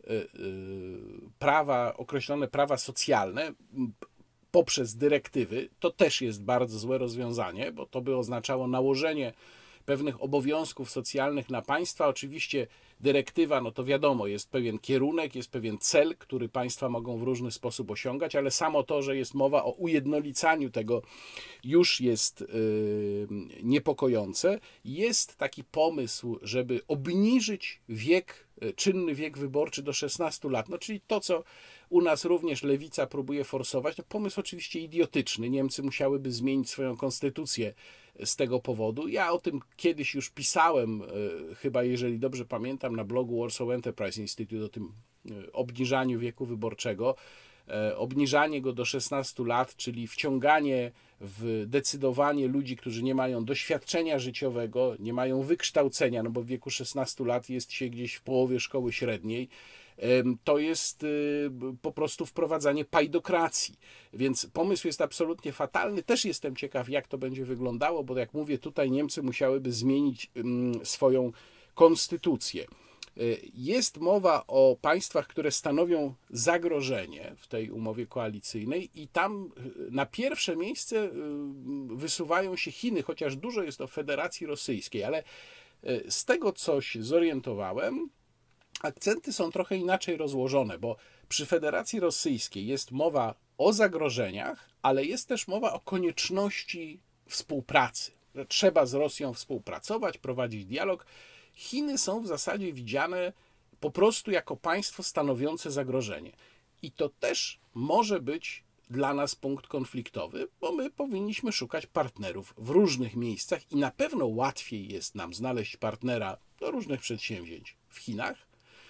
S1: określone prawa socjalne poprzez dyrektywy. To też jest bardzo złe rozwiązanie, bo to by oznaczało nałożenie pewnych obowiązków socjalnych na państwa. Oczywiście dyrektywa, no to wiadomo, jest pewien kierunek, jest pewien cel, który państwa mogą w różny sposób osiągać, ale samo to, że jest mowa o ujednolicaniu tego, już jest niepokojące. Jest taki pomysł, żeby obniżyć czynny wiek wyborczy do 16 lat, no czyli to, co u nas również lewica próbuje forsować, to pomysł oczywiście idiotyczny. Niemcy musiałyby zmienić swoją konstytucję z tego powodu. Ja o tym kiedyś już pisałem, chyba jeżeli dobrze pamiętam, na blogu Warsaw Enterprise Institute, o tym obniżaniu wieku wyborczego. Obniżanie go do 16 lat, czyli wciąganie w decydowanie ludzi, którzy nie mają doświadczenia życiowego, nie mają wykształcenia, no bo w wieku 16 lat jest się gdzieś w połowie szkoły średniej, to jest po prostu wprowadzanie pajdokracji. Więc pomysł jest absolutnie fatalny. Też jestem ciekaw, jak to będzie wyglądało, bo jak mówię, tutaj Niemcy musiałyby zmienić swoją konstytucję. Jest mowa o państwach, które stanowią zagrożenie w tej umowie koalicyjnej i tam na pierwsze miejsce wysuwają się Chiny, chociaż dużo jest o Federacji Rosyjskiej, ale z tego, co się zorientowałem, akcenty są trochę inaczej rozłożone, bo przy Federacji Rosyjskiej jest mowa o zagrożeniach, ale jest też mowa o konieczności współpracy, że trzeba z Rosją współpracować, prowadzić dialog. Chiny są w zasadzie widziane po prostu jako państwo stanowiące zagrożenie. I to też może być dla nas punkt konfliktowy, bo my powinniśmy szukać partnerów w różnych miejscach i na pewno łatwiej jest nam znaleźć partnera do różnych przedsięwzięć w Chinach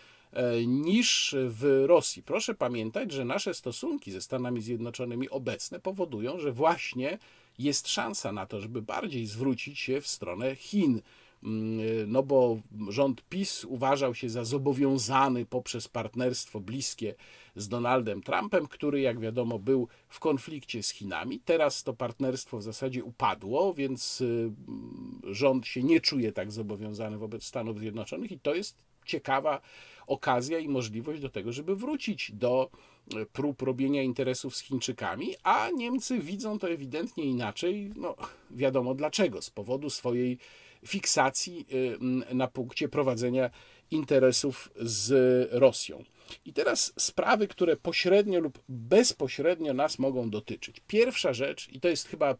S1: niż w Rosji. Proszę pamiętać, że nasze stosunki ze Stanami Zjednoczonymi obecne powodują, że właśnie jest szansa na to, żeby bardziej zwrócić się w stronę Chin. No bo rząd PiS uważał się za zobowiązany poprzez partnerstwo bliskie z Donaldem Trumpem, który, jak wiadomo, był w konflikcie z Chinami. Teraz to partnerstwo w zasadzie upadło, więc rząd się nie czuje tak zobowiązany wobec Stanów Zjednoczonych i to jest ciekawa okazja i możliwość do tego, żeby wrócić do prób robienia interesów z Chińczykami, a Niemcy widzą to ewidentnie inaczej. No, wiadomo dlaczego, z powodu swojej fiksacji na punkcie prowadzenia interesów z Rosją. I teraz sprawy, które pośrednio lub bezpośrednio nas mogą dotyczyć. Pierwsza rzecz, i to jest chyba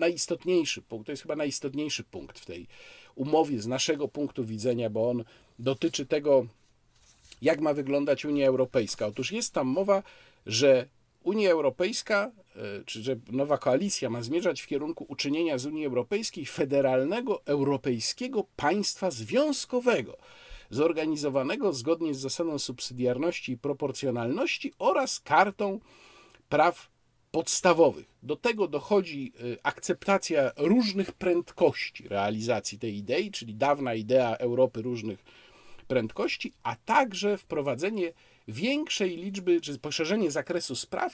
S1: najistotniejszy punkt w tej umowie z naszego punktu widzenia, bo on dotyczy tego, jak ma wyglądać Unia Europejska. Otóż jest tam mowa, że Unia Europejska, czy że nowa koalicja ma zmierzać w kierunku uczynienia z Unii Europejskiej federalnego europejskiego państwa związkowego, zorganizowanego zgodnie z zasadą subsydiarności i proporcjonalności oraz kartą praw podstawowych. Do tego dochodzi akceptacja różnych prędkości realizacji tej idei, czyli dawna idea Europy różnych prędkości, a także wprowadzenie większej liczby, czy poszerzenie zakresu spraw,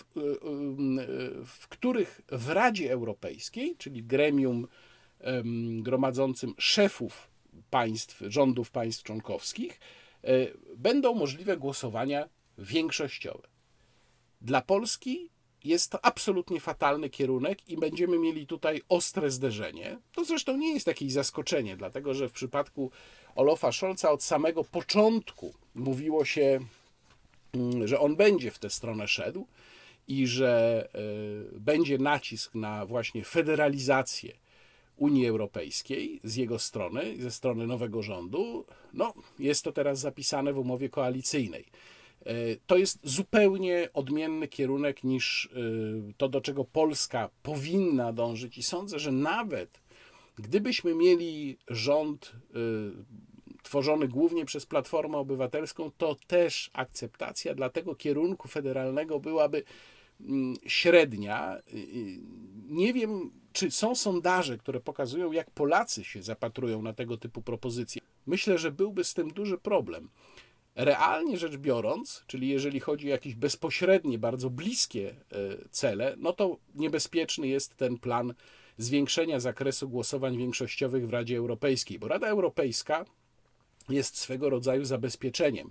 S1: w których w Radzie Europejskiej, czyli gremium gromadzącym szefów państw, rządów państw członkowskich, będą możliwe głosowania większościowe. Dla Polski jest to absolutnie fatalny kierunek i będziemy mieli tutaj ostre zderzenie. To zresztą nie jest jakieś zaskoczenie, dlatego że w przypadku Olafa Scholza od samego początku mówiło się, że on będzie w tę stronę szedł i że będzie nacisk na właśnie federalizację Unii Europejskiej z jego strony, ze strony nowego rządu. No, jest to teraz zapisane w umowie koalicyjnej. To jest zupełnie odmienny kierunek niż to, do czego Polska powinna dążyć i sądzę, że nawet gdybyśmy mieli rząd tworzony głównie przez Platformę Obywatelską, to też akceptacja dla tego kierunku federalnego byłaby średnia. Nie wiem, czy są sondaże, które pokazują, jak Polacy się zapatrują na tego typu propozycje. Myślę, że byłby z tym duży problem. Realnie rzecz biorąc, czyli jeżeli chodzi o jakieś bezpośrednie, bardzo bliskie cele, no to niebezpieczny jest ten plan zwiększenia zakresu głosowań większościowych w Radzie Europejskiej, bo Rada Europejska jest swego rodzaju zabezpieczeniem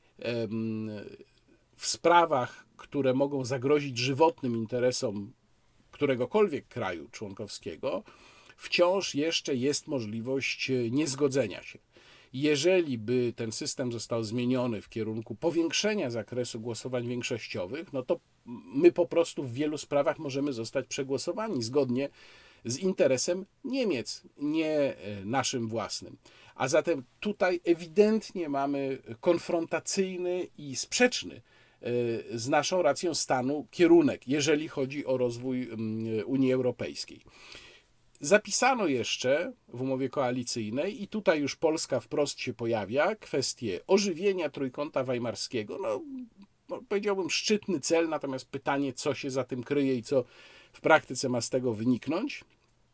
S1: w sprawach, które mogą zagrozić żywotnym interesom któregokolwiek kraju członkowskiego. Wciąż jeszcze jest możliwość niezgodzenia się. Jeżeli by ten system został zmieniony w kierunku powiększenia zakresu głosowań większościowych, no to my po prostu w wielu sprawach możemy zostać przegłosowani zgodnie z interesem Niemiec, nie naszym własnym. A zatem tutaj ewidentnie mamy konfrontacyjny i sprzeczny z naszą racją stanu kierunek, jeżeli chodzi o rozwój Unii Europejskiej. Zapisano jeszcze w umowie koalicyjnej, i tutaj już Polska wprost się pojawia, kwestię ożywienia Trójkąta Weimarskiego. No, powiedziałbym szczytny cel, natomiast pytanie, co się za tym kryje i co w praktyce ma z tego wyniknąć.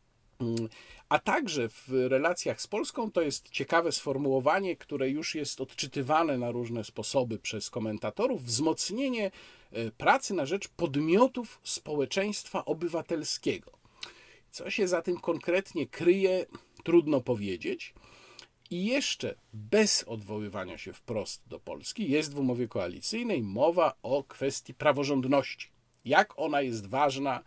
S1: A także w relacjach z Polską to jest ciekawe sformułowanie, które już jest odczytywane na różne sposoby przez komentatorów, wzmocnienie pracy na rzecz podmiotów społeczeństwa obywatelskiego. Co się za tym konkretnie kryje, trudno powiedzieć. I jeszcze bez odwoływania się wprost do Polski jest w umowie koalicyjnej mowa o kwestii praworządności. Jak ona jest ważna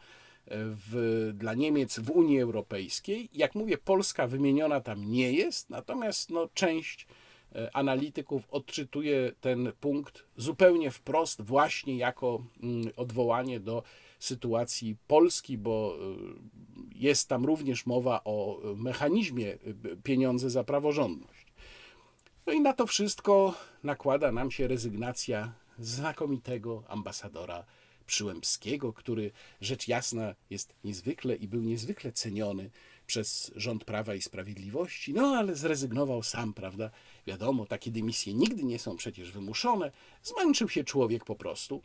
S1: dla Niemiec w Unii Europejskiej. Jak mówię, Polska wymieniona tam nie jest, natomiast część analityków odczytuje ten punkt zupełnie wprost właśnie jako odwołanie do sytuacji Polski, bo jest tam również mowa o mechanizmie pieniądze za praworządność. No i na to wszystko nakłada nam się rezygnacja znakomitego ambasadora Przyłębskiego, który rzecz jasna jest niezwykle i był niezwykle ceniony przez rząd Prawa i Sprawiedliwości, ale zrezygnował sam, prawda? Wiadomo, takie dymisje nigdy nie są przecież wymuszone. Zmęczył się człowiek po prostu.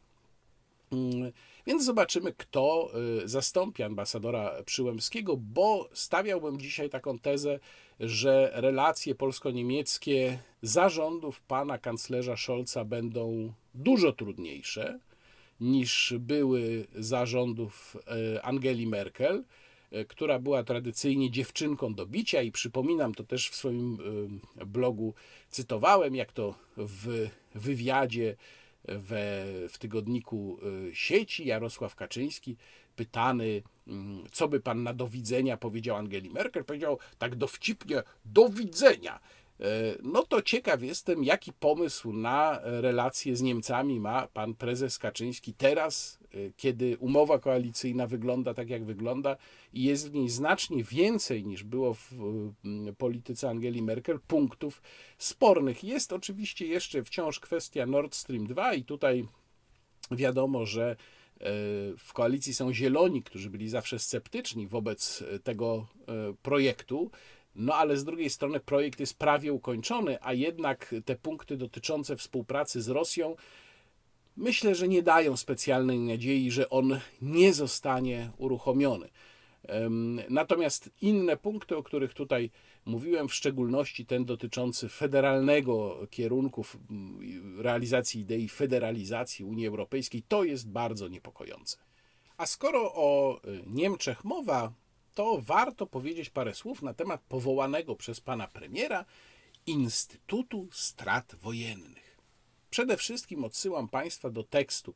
S1: Więc zobaczymy, kto zastąpi ambasadora Przyłębskiego, bo stawiałbym dzisiaj taką tezę, że relacje polsko-niemieckie za rządów pana kanclerza Scholza będą dużo trudniejsze niż były za rządów Angeli Merkel, która była tradycyjnie dziewczynką do bicia i przypominam, to też w swoim blogu cytowałem, jak to w wywiadzie w tygodniku Sieci Jarosław Kaczyński, pytany, co by pan na do widzenia powiedział Angeli Merkel, powiedział tak dowcipnie: do widzenia. no to ciekaw jestem, jaki pomysł na relacje z Niemcami ma pan prezes Kaczyński teraz, kiedy umowa koalicyjna wygląda tak, jak wygląda i jest w niej znacznie więcej niż było w polityce Angeli Merkel punktów spornych. Jest oczywiście jeszcze wciąż kwestia Nord Stream 2 i tutaj wiadomo, że w koalicji są Zieloni, którzy byli zawsze sceptyczni wobec tego projektu. No ale z drugiej strony projekt jest prawie ukończony, a jednak te punkty dotyczące współpracy z Rosją myślę, że nie dają specjalnej nadziei, że on nie zostanie uruchomiony. Natomiast inne punkty, o których tutaj mówiłem, w szczególności ten dotyczący federalnego kierunku realizacji idei federalizacji Unii Europejskiej, to jest bardzo niepokojące. A skoro o Niemczech mowa, to warto powiedzieć parę słów na temat powołanego przez pana premiera Instytutu Strat Wojennych. Przede wszystkim odsyłam państwa do tekstu,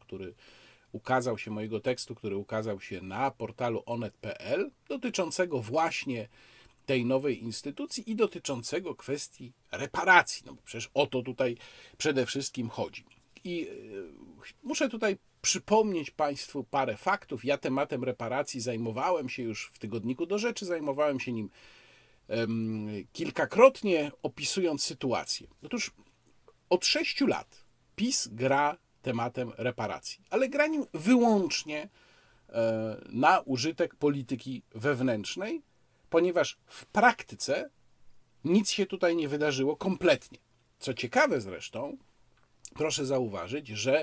S1: mojego tekstu, który ukazał się na portalu onet.pl, dotyczącego właśnie tej nowej instytucji i dotyczącego kwestii reparacji. No bo przecież o to tutaj przede wszystkim chodzi. I muszę tutaj przypomnieć państwu parę faktów. Ja tematem reparacji zajmowałem się już w tygodniku Do Rzeczy, zajmowałem się nim kilkakrotnie, opisując sytuację. Otóż od 6 lat PiS gra tematem reparacji, ale gra nim wyłącznie na użytek polityki wewnętrznej, ponieważ w praktyce nic się tutaj nie wydarzyło kompletnie. Co ciekawe zresztą, proszę zauważyć, że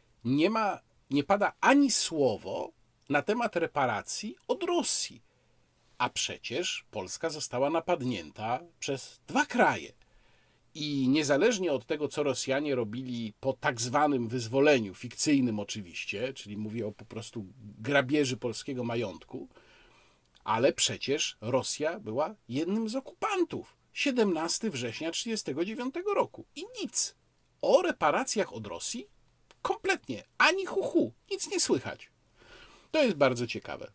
S1: nie pada ani słowo na temat reparacji od Rosji. A przecież Polska została napadnięta przez 2 kraje. I niezależnie od tego, co Rosjanie robili po tak zwanym wyzwoleniu, fikcyjnym oczywiście, czyli mówię o po prostu grabieży polskiego majątku, ale przecież Rosja była jednym z okupantów. 17 września 1939 roku. I nic. O reparacjach od Rosji kompletnie, ani hu, nic nie słychać. To jest bardzo ciekawe.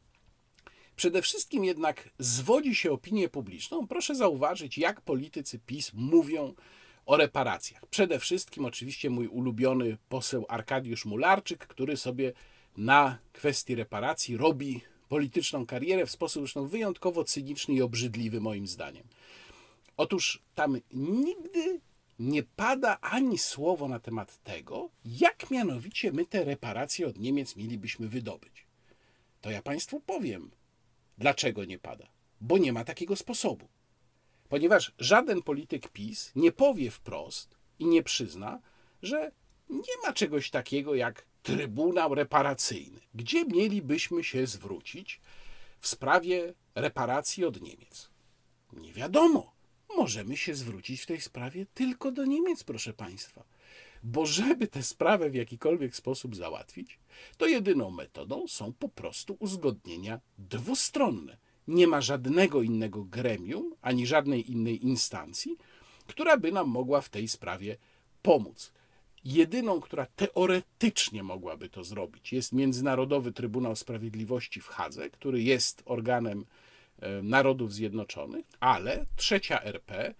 S1: Przede wszystkim jednak zwodzi się opinię publiczną. Proszę zauważyć, jak politycy PiS mówią o reparacjach. Przede wszystkim oczywiście mój ulubiony poseł Arkadiusz Mularczyk, który sobie na kwestii reparacji robi polityczną karierę w sposób zresztą wyjątkowo cyniczny i obrzydliwy moim zdaniem. Otóż tam nigdy nie pada ani słowo na temat tego, jak mianowicie my te reparacje od Niemiec mielibyśmy wydobyć. To ja państwu powiem, dlaczego nie pada. Bo nie ma takiego sposobu. Ponieważ żaden polityk PiS nie powie wprost i nie przyzna, że nie ma czegoś takiego jak Trybunał Reparacyjny, gdzie mielibyśmy się zwrócić w sprawie reparacji od Niemiec. Nie wiadomo. Możemy się zwrócić w tej sprawie tylko do Niemiec, proszę państwa. Bo żeby tę sprawę w jakikolwiek sposób załatwić, to jedyną metodą są po prostu uzgodnienia dwustronne. Nie ma żadnego innego gremium, ani żadnej innej instancji, która by nam mogła w tej sprawie pomóc. Jedyną, która teoretycznie mogłaby to zrobić, jest Międzynarodowy Trybunał Sprawiedliwości w Hadze, który jest organem Narodów Zjednoczonych, ale trzecia RP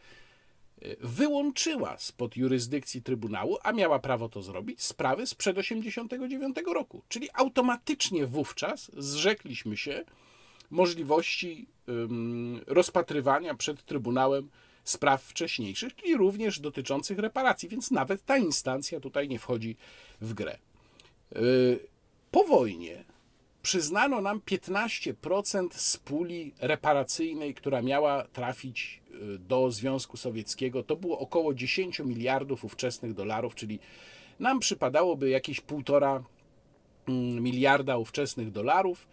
S1: wyłączyła spod jurysdykcji Trybunału, a miała prawo to zrobić, sprawy sprzed 1989 roku. Czyli automatycznie wówczas zrzekliśmy się możliwości rozpatrywania przed Trybunałem spraw wcześniejszych, czyli również dotyczących reparacji, więc nawet ta instancja tutaj nie wchodzi w grę. Po wojnie przyznano nam 15% z puli reparacyjnej, która miała trafić do Związku Sowieckiego. To było około 10 miliardów ówczesnych dolarów, czyli nam przypadałoby jakieś 1,5 miliarda ówczesnych dolarów.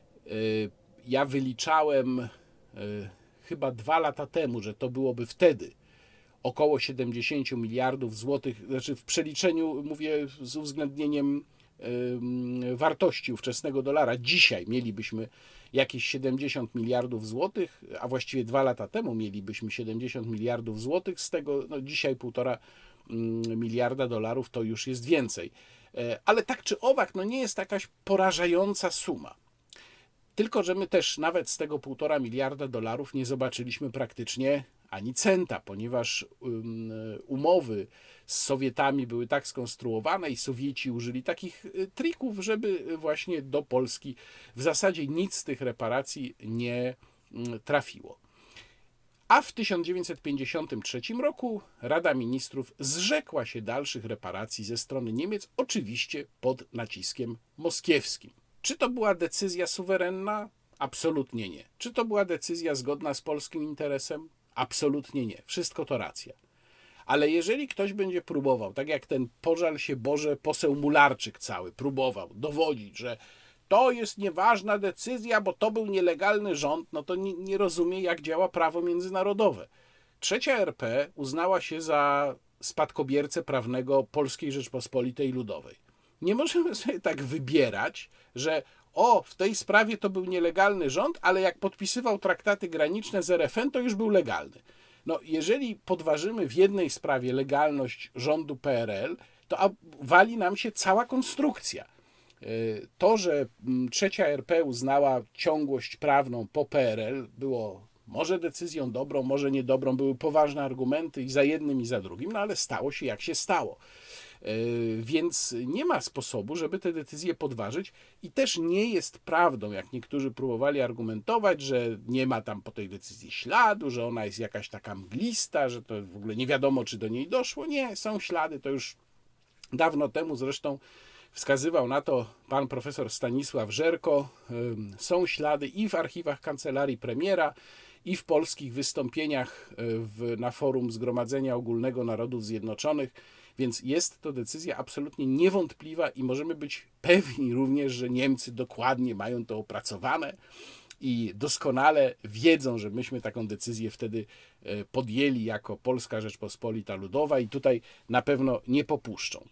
S1: Ja wyliczałem chyba 2 lata temu, że to byłoby wtedy około 70 miliardów złotych, znaczy w przeliczeniu mówię z uwzględnieniem wartości ówczesnego dolara. Dzisiaj mielibyśmy jakieś 70 miliardów złotych, a właściwie 2 lata temu mielibyśmy 70 miliardów złotych, z tego no dzisiaj 1,5 miliarda dolarów to już jest więcej. Ale tak czy owak, no nie jest jakaś porażająca suma. Tylko że my też nawet z tego 1,5 miliarda dolarów nie zobaczyliśmy praktycznie ani centa, ponieważ umowy z Sowietami były tak skonstruowane i Sowieci użyli takich trików, żeby właśnie do Polski w zasadzie nic z tych reparacji nie trafiło. A w 1953 roku Rada Ministrów zrzekła się dalszych reparacji ze strony Niemiec, oczywiście pod naciskiem moskiewskim. Czy to była decyzja suwerenna? Absolutnie nie. Czy to była decyzja zgodna z polskim interesem? Absolutnie nie. Wszystko to racja. Ale jeżeli ktoś będzie próbował, tak jak ten pożal się Boże poseł Mularczyk cały próbował dowodzić, że to jest nieważna decyzja, bo to był nielegalny rząd, no to nie rozumie, jak działa prawo międzynarodowe. Trzecia RP uznała się za spadkobiercę prawnego Polskiej Rzeczpospolitej Ludowej. Nie możemy sobie tak wybierać, że w tej sprawie to był nielegalny rząd, ale jak podpisywał traktaty graniczne z RFN, to już był legalny. No, jeżeli podważymy w jednej sprawie legalność rządu PRL, to wali nam się cała konstrukcja. To, że trzecia RP uznała ciągłość prawną po PRL, było może decyzją dobrą, może niedobrą, były poważne argumenty i za jednym, i za drugim, no ale stało się jak się stało. Więc nie ma sposobu, żeby te decyzje podważyć i też nie jest prawdą, jak niektórzy próbowali argumentować, że nie ma tam po tej decyzji śladu, że ona jest jakaś taka mglista, że to w ogóle nie wiadomo, czy do niej doszło. Nie, są ślady, to już dawno temu zresztą wskazywał na to pan profesor Stanisław Żerko. Są ślady i w archiwach Kancelarii Premiera, i w polskich wystąpieniach na forum Zgromadzenia Ogólnego Narodów Zjednoczonych, więc jest to decyzja absolutnie niewątpliwa i możemy być pewni również, że Niemcy dokładnie mają to opracowane i doskonale wiedzą, że myśmy taką decyzję wtedy podjęli jako Polska Rzeczpospolita Ludowa i tutaj na pewno nie popuszczą.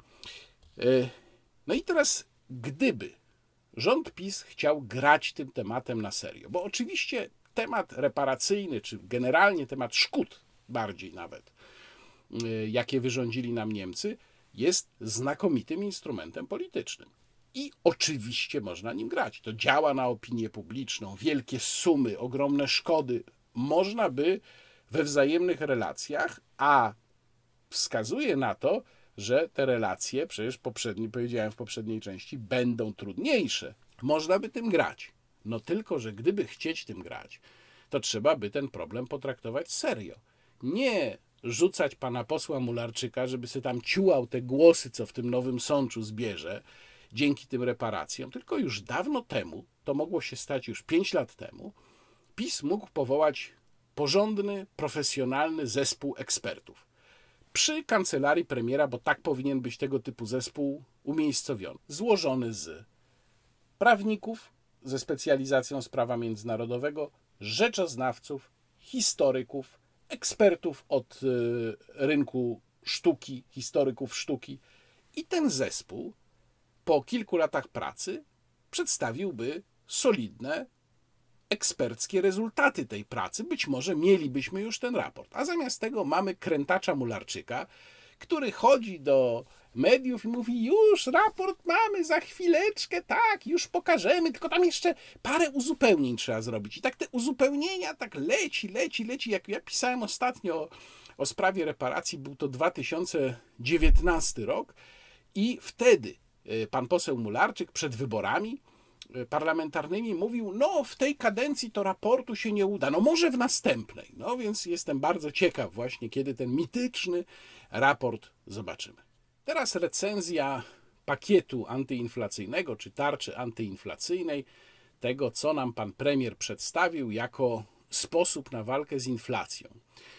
S1: No i teraz, gdyby rząd PiS chciał grać tym tematem na serio, bo oczywiście temat reparacyjny, czy generalnie temat szkód bardziej nawet, jakie wyrządzili nam Niemcy, jest znakomitym instrumentem politycznym. I oczywiście można nim grać. To działa na opinię publiczną, wielkie sumy, ogromne szkody. Można by we wzajemnych relacjach, a wskazuje na to, że te relacje, przecież powiedziałem w poprzedniej części, będą trudniejsze. Można by tym grać. No tylko, że gdyby chcieć tym grać, to trzeba by ten problem potraktować serio. Nie rzucać pana posła Mularczyka, żeby sobie tam ciułał te głosy, co w tym Nowym Sączu zbierze, dzięki tym reparacjom, tylko już dawno temu, to mogło się stać już 5 lat temu, PiS mógł powołać porządny, profesjonalny zespół ekspertów przy Kancelarii Premiera, bo tak powinien być tego typu zespół umiejscowiony, złożony z prawników ze specjalizacją z prawa międzynarodowego, rzeczoznawców, historyków, ekspertów od rynku sztuki, historyków sztuki i ten zespół po kilku latach pracy przedstawiłby solidne, eksperckie rezultaty tej pracy. Być może mielibyśmy już ten raport. A zamiast tego mamy krętacza Mularczyka, który chodzi do mediów i mówi: już raport mamy, za chwileczkę, tak, już pokażemy, tylko tam jeszcze parę uzupełnień trzeba zrobić. I tak te uzupełnienia tak leci. Jak ja pisałem ostatnio o sprawie reparacji, był to 2019 rok i wtedy pan poseł Mularczyk przed wyborami parlamentarnymi mówił: no w tej kadencji to raportu się nie uda, no może w następnej. No więc jestem bardzo ciekaw właśnie, kiedy ten mityczny raport zobaczymy. Teraz recenzja pakietu antyinflacyjnego, czy tarczy antyinflacyjnej, tego, co nam pan premier przedstawił jako sposób na walkę z inflacją.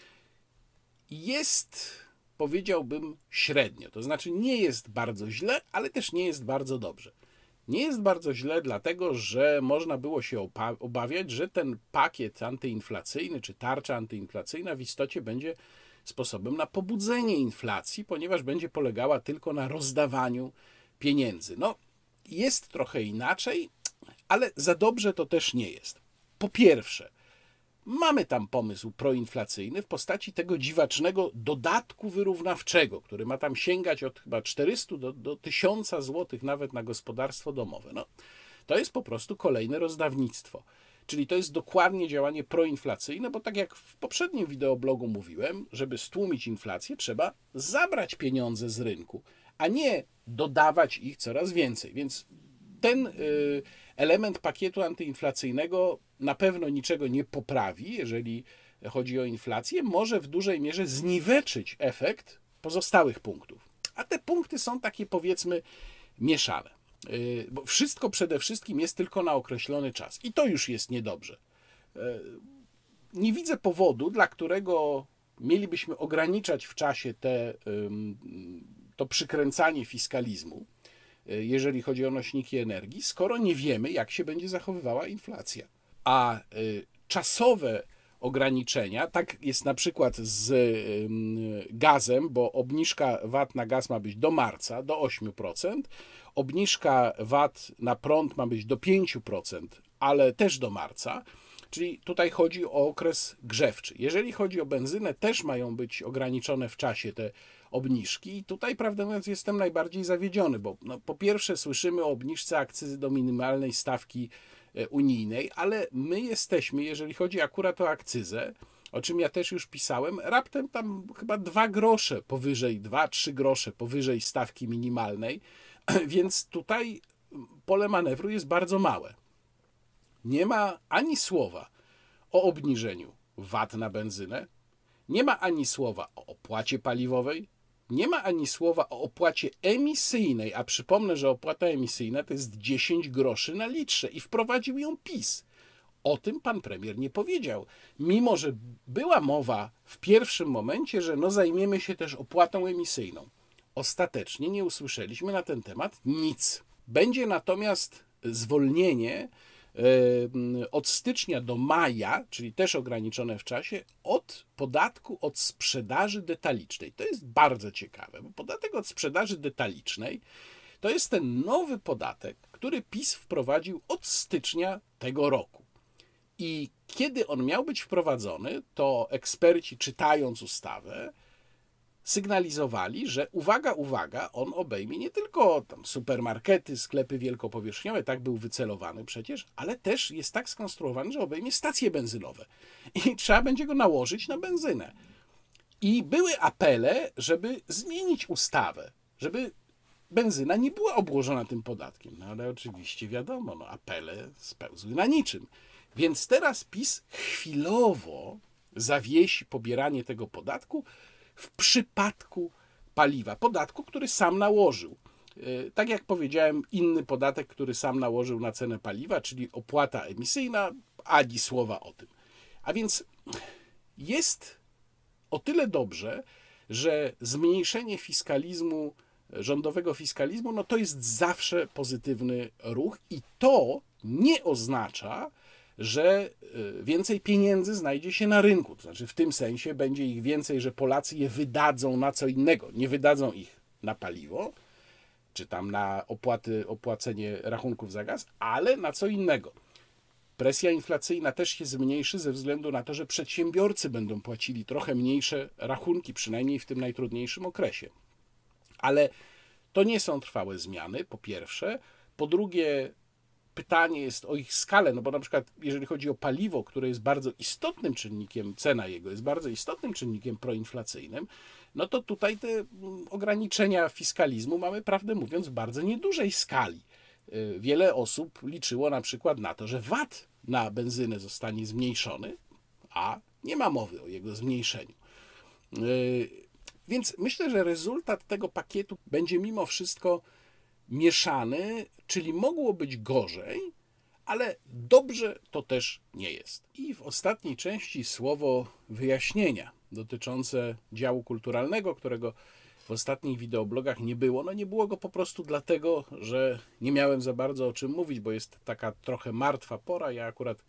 S1: Jest, powiedziałbym, średnio. To znaczy nie jest bardzo źle, ale też nie jest bardzo dobrze. Nie jest bardzo źle dlatego, że można było się obawiać, że ten pakiet antyinflacyjny czy tarcza antyinflacyjna w istocie będzie sposobem na pobudzenie inflacji, ponieważ będzie polegała tylko na rozdawaniu pieniędzy. No, jest trochę inaczej, ale za dobrze to też nie jest. Po pierwsze, mamy tam pomysł proinflacyjny w postaci tego dziwacznego dodatku wyrównawczego, który ma tam sięgać od chyba 400 do 1000 zł nawet na gospodarstwo domowe. No, to jest po prostu kolejne rozdawnictwo. Czyli to jest dokładnie działanie proinflacyjne, bo tak jak w poprzednim wideoblogu mówiłem, żeby stłumić inflację, trzeba zabrać pieniądze z rynku, a nie dodawać ich coraz więcej. Więc ten element pakietu antyinflacyjnego na pewno niczego nie poprawi, jeżeli chodzi o inflację, może w dużej mierze zniweczyć efekt pozostałych punktów. A te punkty są takie, powiedzmy, mieszane. Bo wszystko przede wszystkim jest tylko na określony czas. I to już jest niedobrze. Nie widzę powodu, dla którego mielibyśmy ograniczać w czasie to przykręcanie fiskalizmu, jeżeli chodzi o nośniki energii, skoro nie wiemy, jak się będzie zachowywała inflacja. A czasowe ograniczenia, tak jest na przykład z gazem, bo obniżka VAT na gaz ma być do marca, do 8%, obniżka VAT na prąd ma być do 5%, ale też do marca, czyli tutaj chodzi o okres grzewczy. Jeżeli chodzi o benzynę, też mają być ograniczone w czasie te obniżki i tutaj, prawdę mówiąc, jestem najbardziej zawiedziony, bo po pierwsze słyszymy o obniżce akcyzy do minimalnej stawki unijnej, ale my jesteśmy, jeżeli chodzi akurat o akcyzę, o czym ja też już pisałem, raptem tam chyba 2 grosze powyżej, 2-3 grosze powyżej stawki minimalnej, więc tutaj pole manewru jest bardzo małe. Nie ma ani słowa o obniżeniu VAT na benzynę, nie ma ani słowa o opłacie paliwowej, nie ma ani słowa o opłacie emisyjnej, a przypomnę, że opłata emisyjna to jest 10 groszy na litrze i wprowadził ją PiS. O tym pan premier nie powiedział, mimo że była mowa w pierwszym momencie, że zajmiemy się też opłatą emisyjną. Ostatecznie nie usłyszeliśmy na ten temat nic. Będzie natomiast zwolnienie od stycznia do maja, czyli też ograniczone w czasie, od podatku od sprzedaży detalicznej. To jest bardzo ciekawe, bo podatek od sprzedaży detalicznej to jest ten nowy podatek, który PiS wprowadził od stycznia tego roku. I kiedy on miał być wprowadzony, to eksperci, czytając ustawę, sygnalizowali, że uwaga, on obejmie nie tylko tam supermarkety, sklepy wielkopowierzchniowe, tak był wycelowany przecież, ale też jest tak skonstruowany, że obejmie stacje benzynowe i trzeba będzie go nałożyć na benzynę. I były apele, żeby zmienić ustawę, żeby benzyna nie była obłożona tym podatkiem. No ale oczywiście wiadomo, apele spełzły na niczym. Więc teraz PiS chwilowo zawiesi pobieranie tego podatku w przypadku paliwa. Podatku, który sam nałożył. Tak jak powiedziałem, inny podatek, który sam nałożył na cenę paliwa, czyli opłata emisyjna, ani słowa o tym. A więc jest o tyle dobrze, że zmniejszenie fiskalizmu, rządowego fiskalizmu, to jest zawsze pozytywny ruch i to nie oznacza, że więcej pieniędzy znajdzie się na rynku. To znaczy w tym sensie będzie ich więcej, że Polacy je wydadzą na co innego. Nie wydadzą ich na paliwo, czy tam na opłacenie rachunków za gaz, ale na co innego. Presja inflacyjna też się zmniejszy ze względu na to, że przedsiębiorcy będą płacili trochę mniejsze rachunki, przynajmniej w tym najtrudniejszym okresie. Ale to nie są trwałe zmiany, po pierwsze. Po drugie, pytanie jest o ich skalę, bo na przykład jeżeli chodzi o paliwo, które jest bardzo istotnym czynnikiem, cena jego jest bardzo istotnym czynnikiem proinflacyjnym, to tutaj te ograniczenia fiskalizmu mamy, prawdę mówiąc, w bardzo niedużej skali. Wiele osób liczyło na przykład na to, że VAT na benzynę zostanie zmniejszony, a nie ma mowy o jego zmniejszeniu. Więc myślę, że rezultat tego pakietu będzie mimo wszystko mieszany, czyli mogło być gorzej, ale dobrze to też nie jest. I w ostatniej części słowo wyjaśnienia dotyczące działu kulturalnego, którego w ostatnich wideoblogach nie było. Nie było go po prostu dlatego, że nie miałem za bardzo o czym mówić, bo jest taka trochę martwa pora. Ja akurat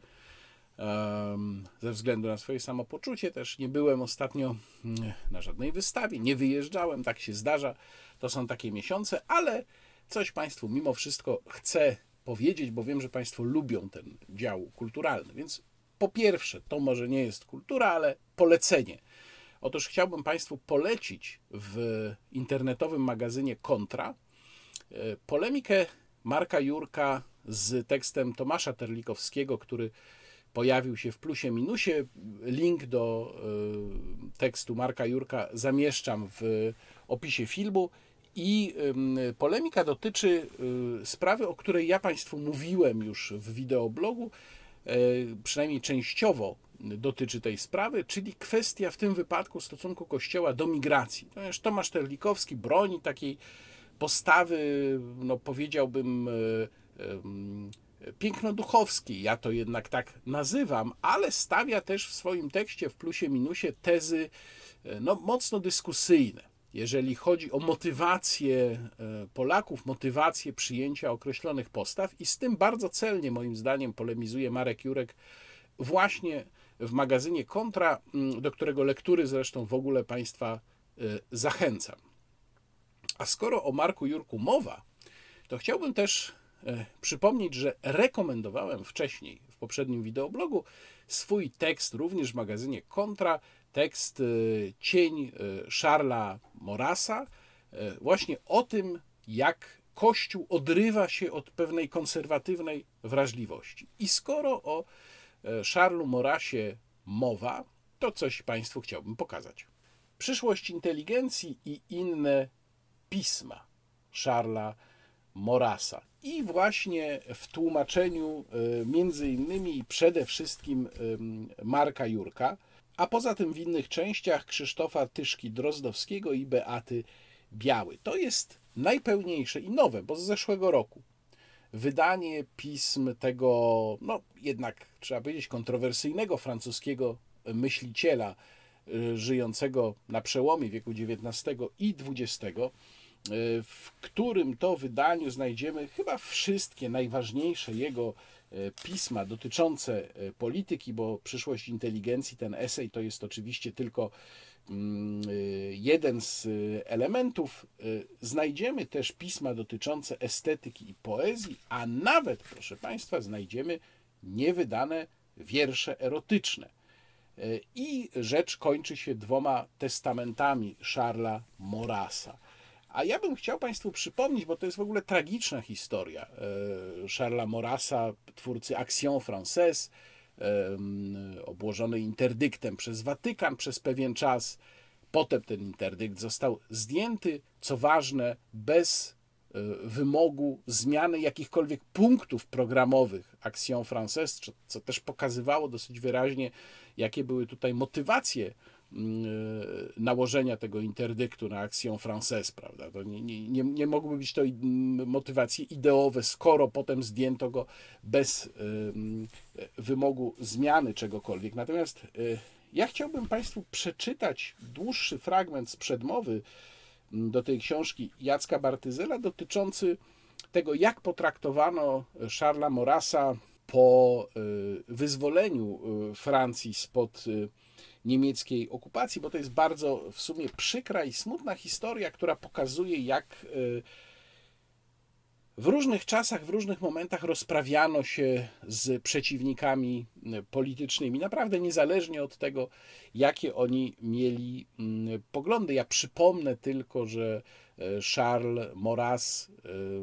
S1: ze względu na swoje samopoczucie też nie byłem ostatnio na żadnej wystawie, nie wyjeżdżałem, tak się zdarza. To są takie miesiące, ale coś Państwu mimo wszystko chcę powiedzieć, bo wiem, że Państwo lubią ten dział kulturalny. Więc po pierwsze, to może nie jest kultura, ale polecenie. Otóż chciałbym Państwu polecić w internetowym magazynie Kontra polemikę Marka Jurka z tekstem Tomasza Terlikowskiego, który pojawił się w Plusie Minusie. Link do tekstu Marka Jurka zamieszczam w opisie filmu. I polemika dotyczy sprawy, o której ja Państwu mówiłem już w wideoblogu, przynajmniej częściowo dotyczy tej sprawy, czyli kwestia w tym wypadku stosunku Kościoła do migracji. Ponieważ Tomasz Terlikowski broni takiej postawy, no powiedziałbym, pięknoduchowskiej, ja to jednak tak nazywam, ale stawia też w swoim tekście w Plusie Minusie tezy no, mocno dyskusyjne. Jeżeli chodzi o motywację Polaków, motywację przyjęcia określonych postaw, i z tym bardzo celnie moim zdaniem polemizuje Marek Jurek właśnie w magazynie Kontra, do którego lektury zresztą w ogóle Państwa zachęcam. A skoro o Marku Jurku mowa, to chciałbym też przypomnieć, że rekomendowałem wcześniej w poprzednim wideoblogu swój tekst również w magazynie Kontra, tekst Cień Charlesa Maurrasa, właśnie o tym, jak Kościół odrywa się od pewnej konserwatywnej wrażliwości. I skoro o Charlesu Maurrasie mowa, to coś Państwu chciałbym pokazać. Przyszłość inteligencji i inne pisma Charlesa Maurrasa. I właśnie w tłumaczeniu między innymi i przede wszystkim Marka Jurka, a poza tym w innych częściach Krzysztofa Tyszki-Drozdowskiego i Beaty Biały. To jest najpełniejsze i nowe, bo z zeszłego roku, wydanie pism tego, no jednak trzeba powiedzieć, kontrowersyjnego francuskiego myśliciela żyjącego na przełomie wieku XIX i XX, w którym to wydaniu znajdziemy chyba wszystkie najważniejsze jego pisma dotyczące polityki, bo Przyszłość inteligencji, ten esej, to jest oczywiście tylko jeden z elementów. Znajdziemy też pisma dotyczące estetyki i poezji, a nawet, proszę Państwa, znajdziemy niewydane wiersze erotyczne. I rzecz kończy się 2 testamentami Charlesa Maurrasa. A ja bym chciał Państwu przypomnieć, bo to jest w ogóle tragiczna historia Charlesa Maurrasa, twórcy Action Française, obłożony interdyktem przez Watykan przez pewien czas. Potem ten interdykt został zdjęty, co ważne, bez wymogu zmiany jakichkolwiek punktów programowych Action Française, co też pokazywało dosyć wyraźnie, jakie były tutaj motywacje nałożenia tego interdyktu na Action Française, prawda? To nie mogły być to motywacje ideowe, skoro potem zdjęto go bez wymogu zmiany czegokolwiek. Natomiast ja chciałbym Państwu przeczytać dłuższy fragment z przedmowy do tej książki Jacka Bartyzela dotyczący tego, jak potraktowano Charlesa Maurrasa po wyzwoleniu Francji spod niemieckiej okupacji, bo to jest bardzo w sumie przykra i smutna historia, która pokazuje, jak w różnych czasach, w różnych momentach rozprawiano się z przeciwnikami politycznymi, naprawdę niezależnie od tego, jakie oni mieli poglądy. Ja przypomnę tylko, że Charles Maurras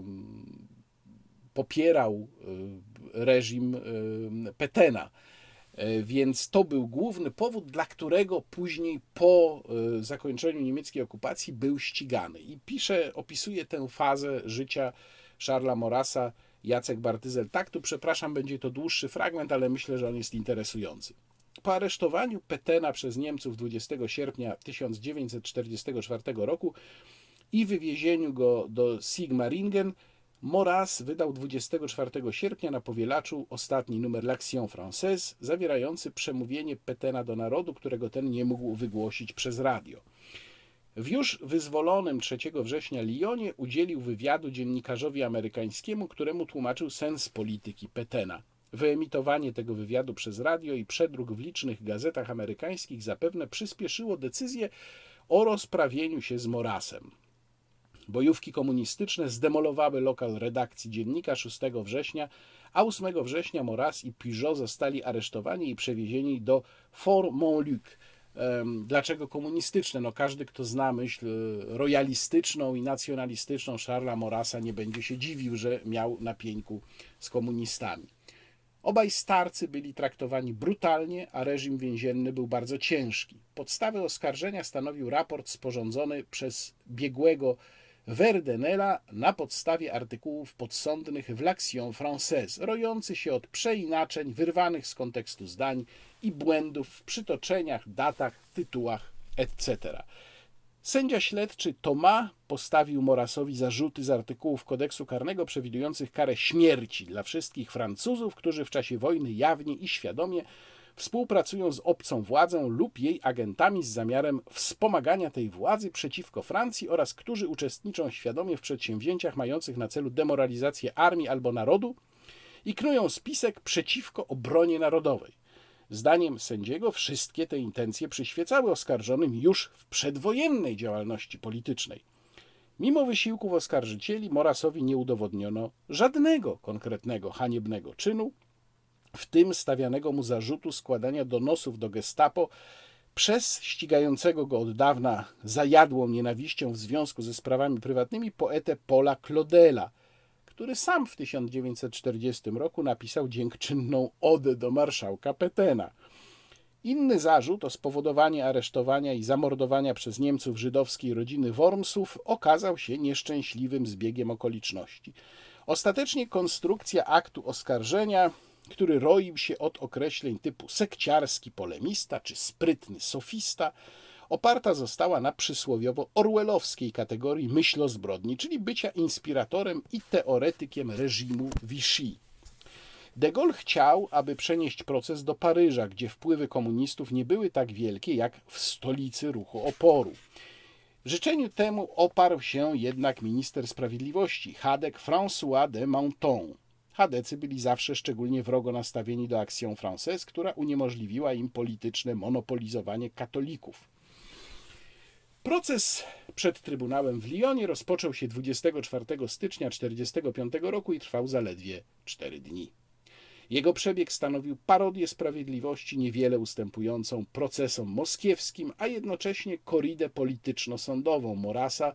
S1: popierał reżim Pétaina, więc to był główny powód, dla którego później po zakończeniu niemieckiej okupacji był ścigany. I opisuje tę fazę życia Charlesa Maurrasa Jacek Bartyzel. Tak, tu przepraszam, będzie to dłuższy fragment, ale myślę, że on jest interesujący. Po aresztowaniu Pétaina przez Niemców 20 sierpnia 1944 roku i wywiezieniu go do Sigmaringen, Maurras wydał 24 sierpnia na powielaczu ostatni numer L'Action Française, zawierający przemówienie Pétaina do narodu, którego ten nie mógł wygłosić przez radio. W już wyzwolonym 3 września Lyonie udzielił wywiadu dziennikarzowi amerykańskiemu, któremu tłumaczył sens polityki Pétaina. Wyemitowanie tego wywiadu przez radio i przedruk w licznych gazetach amerykańskich zapewne przyspieszyło decyzję o rozprawieniu się z Maurrasem. Bojówki komunistyczne zdemolowały lokal redakcji dziennika 6 września, a 8 września Maurras i Pujol zostali aresztowani i przewiezieni do Fort Montluc. Dlaczego komunistyczne? No każdy, kto zna myśl royalistyczną i nacjonalistyczną Charlesa Maurrasa, nie będzie się dziwił, że miał na pieńku z komunistami. Obaj starcy byli traktowani brutalnie, a reżim więzienny był bardzo ciężki. Podstawę oskarżenia stanowił raport sporządzony przez biegłego Verdenela na podstawie artykułów podsądnych w l'Action Française, rojący się od przeinaczeń, wyrwanych z kontekstu zdań i błędów w przytoczeniach, datach, tytułach, etc. Sędzia śledczy Thomas postawił Morasowi zarzuty z artykułów kodeksu karnego przewidujących karę śmierci dla wszystkich Francuzów, którzy w czasie wojny jawnie i świadomie współpracują z obcą władzą lub jej agentami z zamiarem wspomagania tej władzy przeciwko Francji oraz którzy uczestniczą świadomie w przedsięwzięciach mających na celu demoralizację armii albo narodu i knują spisek przeciwko obronie narodowej. Zdaniem sędziego wszystkie te intencje przyświecały oskarżonym już w przedwojennej działalności politycznej. Mimo wysiłków oskarżycieli Morasowi nie udowodniono żadnego konkretnego haniebnego czynu, w tym stawianego mu zarzutu składania donosów do Gestapo przez ścigającego go od dawna zajadłą nienawiścią w związku ze sprawami prywatnymi poetę Paula Claudela, który sam w 1940 roku napisał dziękczynną odę do marszałka Pétaina. Inny zarzut o spowodowanie aresztowania i zamordowania przez Niemców żydowskiej rodziny Wormsów okazał się nieszczęśliwym zbiegiem okoliczności. Ostatecznie konstrukcja aktu oskarżenia, który roił się od określeń typu sekciarski polemista czy sprytny sofista, oparta została na przysłowiowo orwellowskiej kategorii myślozbrodni, czyli bycia inspiratorem i teoretykiem reżimu Vichy. De Gaulle chciał, aby przenieść proces do Paryża, gdzie wpływy komunistów nie były tak wielkie jak w stolicy ruchu oporu. Życzeniu temu oparł się jednak minister sprawiedliwości, chadek François de Menthon. Chadecy byli zawsze szczególnie wrogo nastawieni do Action Française, która uniemożliwiła im polityczne monopolizowanie katolików. Proces przed Trybunałem w Lyonie rozpoczął się 24 stycznia 1945 roku i trwał zaledwie 4 dni. Jego przebieg stanowił parodię sprawiedliwości niewiele ustępującą procesom moskiewskim, a jednocześnie koridę polityczno-sądową Morasa,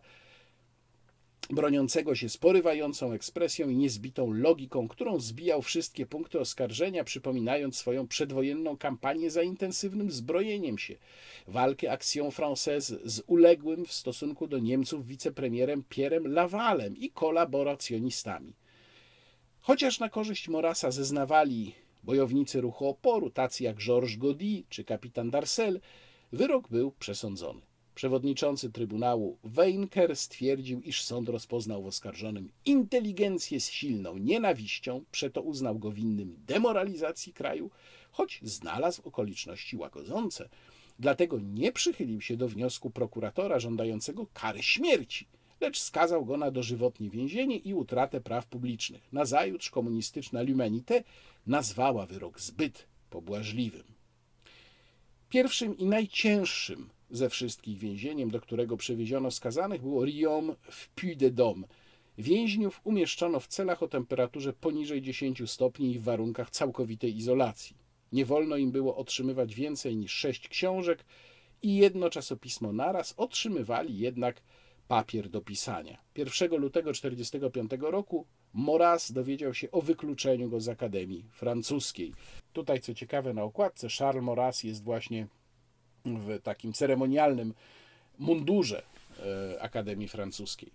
S1: broniącego się z porywającą ekspresją i niezbitą logiką, którą zbijał wszystkie punkty oskarżenia, przypominając swoją przedwojenną kampanię za intensywnym zbrojeniem się, walkę Action Française z uległym w stosunku do Niemców wicepremierem Pierrem Lavalem i kolaboracjonistami. Chociaż na korzyść Morasa zeznawali bojownicy ruchu oporu, tacy jak Georges Gaudy czy kapitan Darcel, wyrok był przesądzony. Przewodniczący Trybunału Weinker stwierdził, iż sąd rozpoznał w oskarżonym inteligencję z silną nienawiścią, przeto uznał go winnym demoralizacji kraju, choć znalazł okoliczności łagodzące. Dlatego nie przychylił się do wniosku prokuratora żądającego kary śmierci, lecz skazał go na dożywotnie więzienie i utratę praw publicznych. Nazajutrz komunistyczna L'Humanité nazwała wyrok zbyt pobłażliwym. Pierwszym i najcięższym ze wszystkich więzieniem, do którego przewieziono skazanych, było Riom w Puy-de-Dôme. Więźniów umieszczono w celach o temperaturze poniżej 10 stopni i w warunkach całkowitej izolacji. Nie wolno im było otrzymywać więcej niż 6 książek i 1 czasopismo naraz, otrzymywali jednak papier do pisania. 1 lutego 1945 roku Maurras dowiedział się o wykluczeniu go z Akademii Francuskiej. Tutaj, co ciekawe, na okładce Charles Maurras jest właśnie w takim ceremonialnym mundurze Akademii Francuskiej.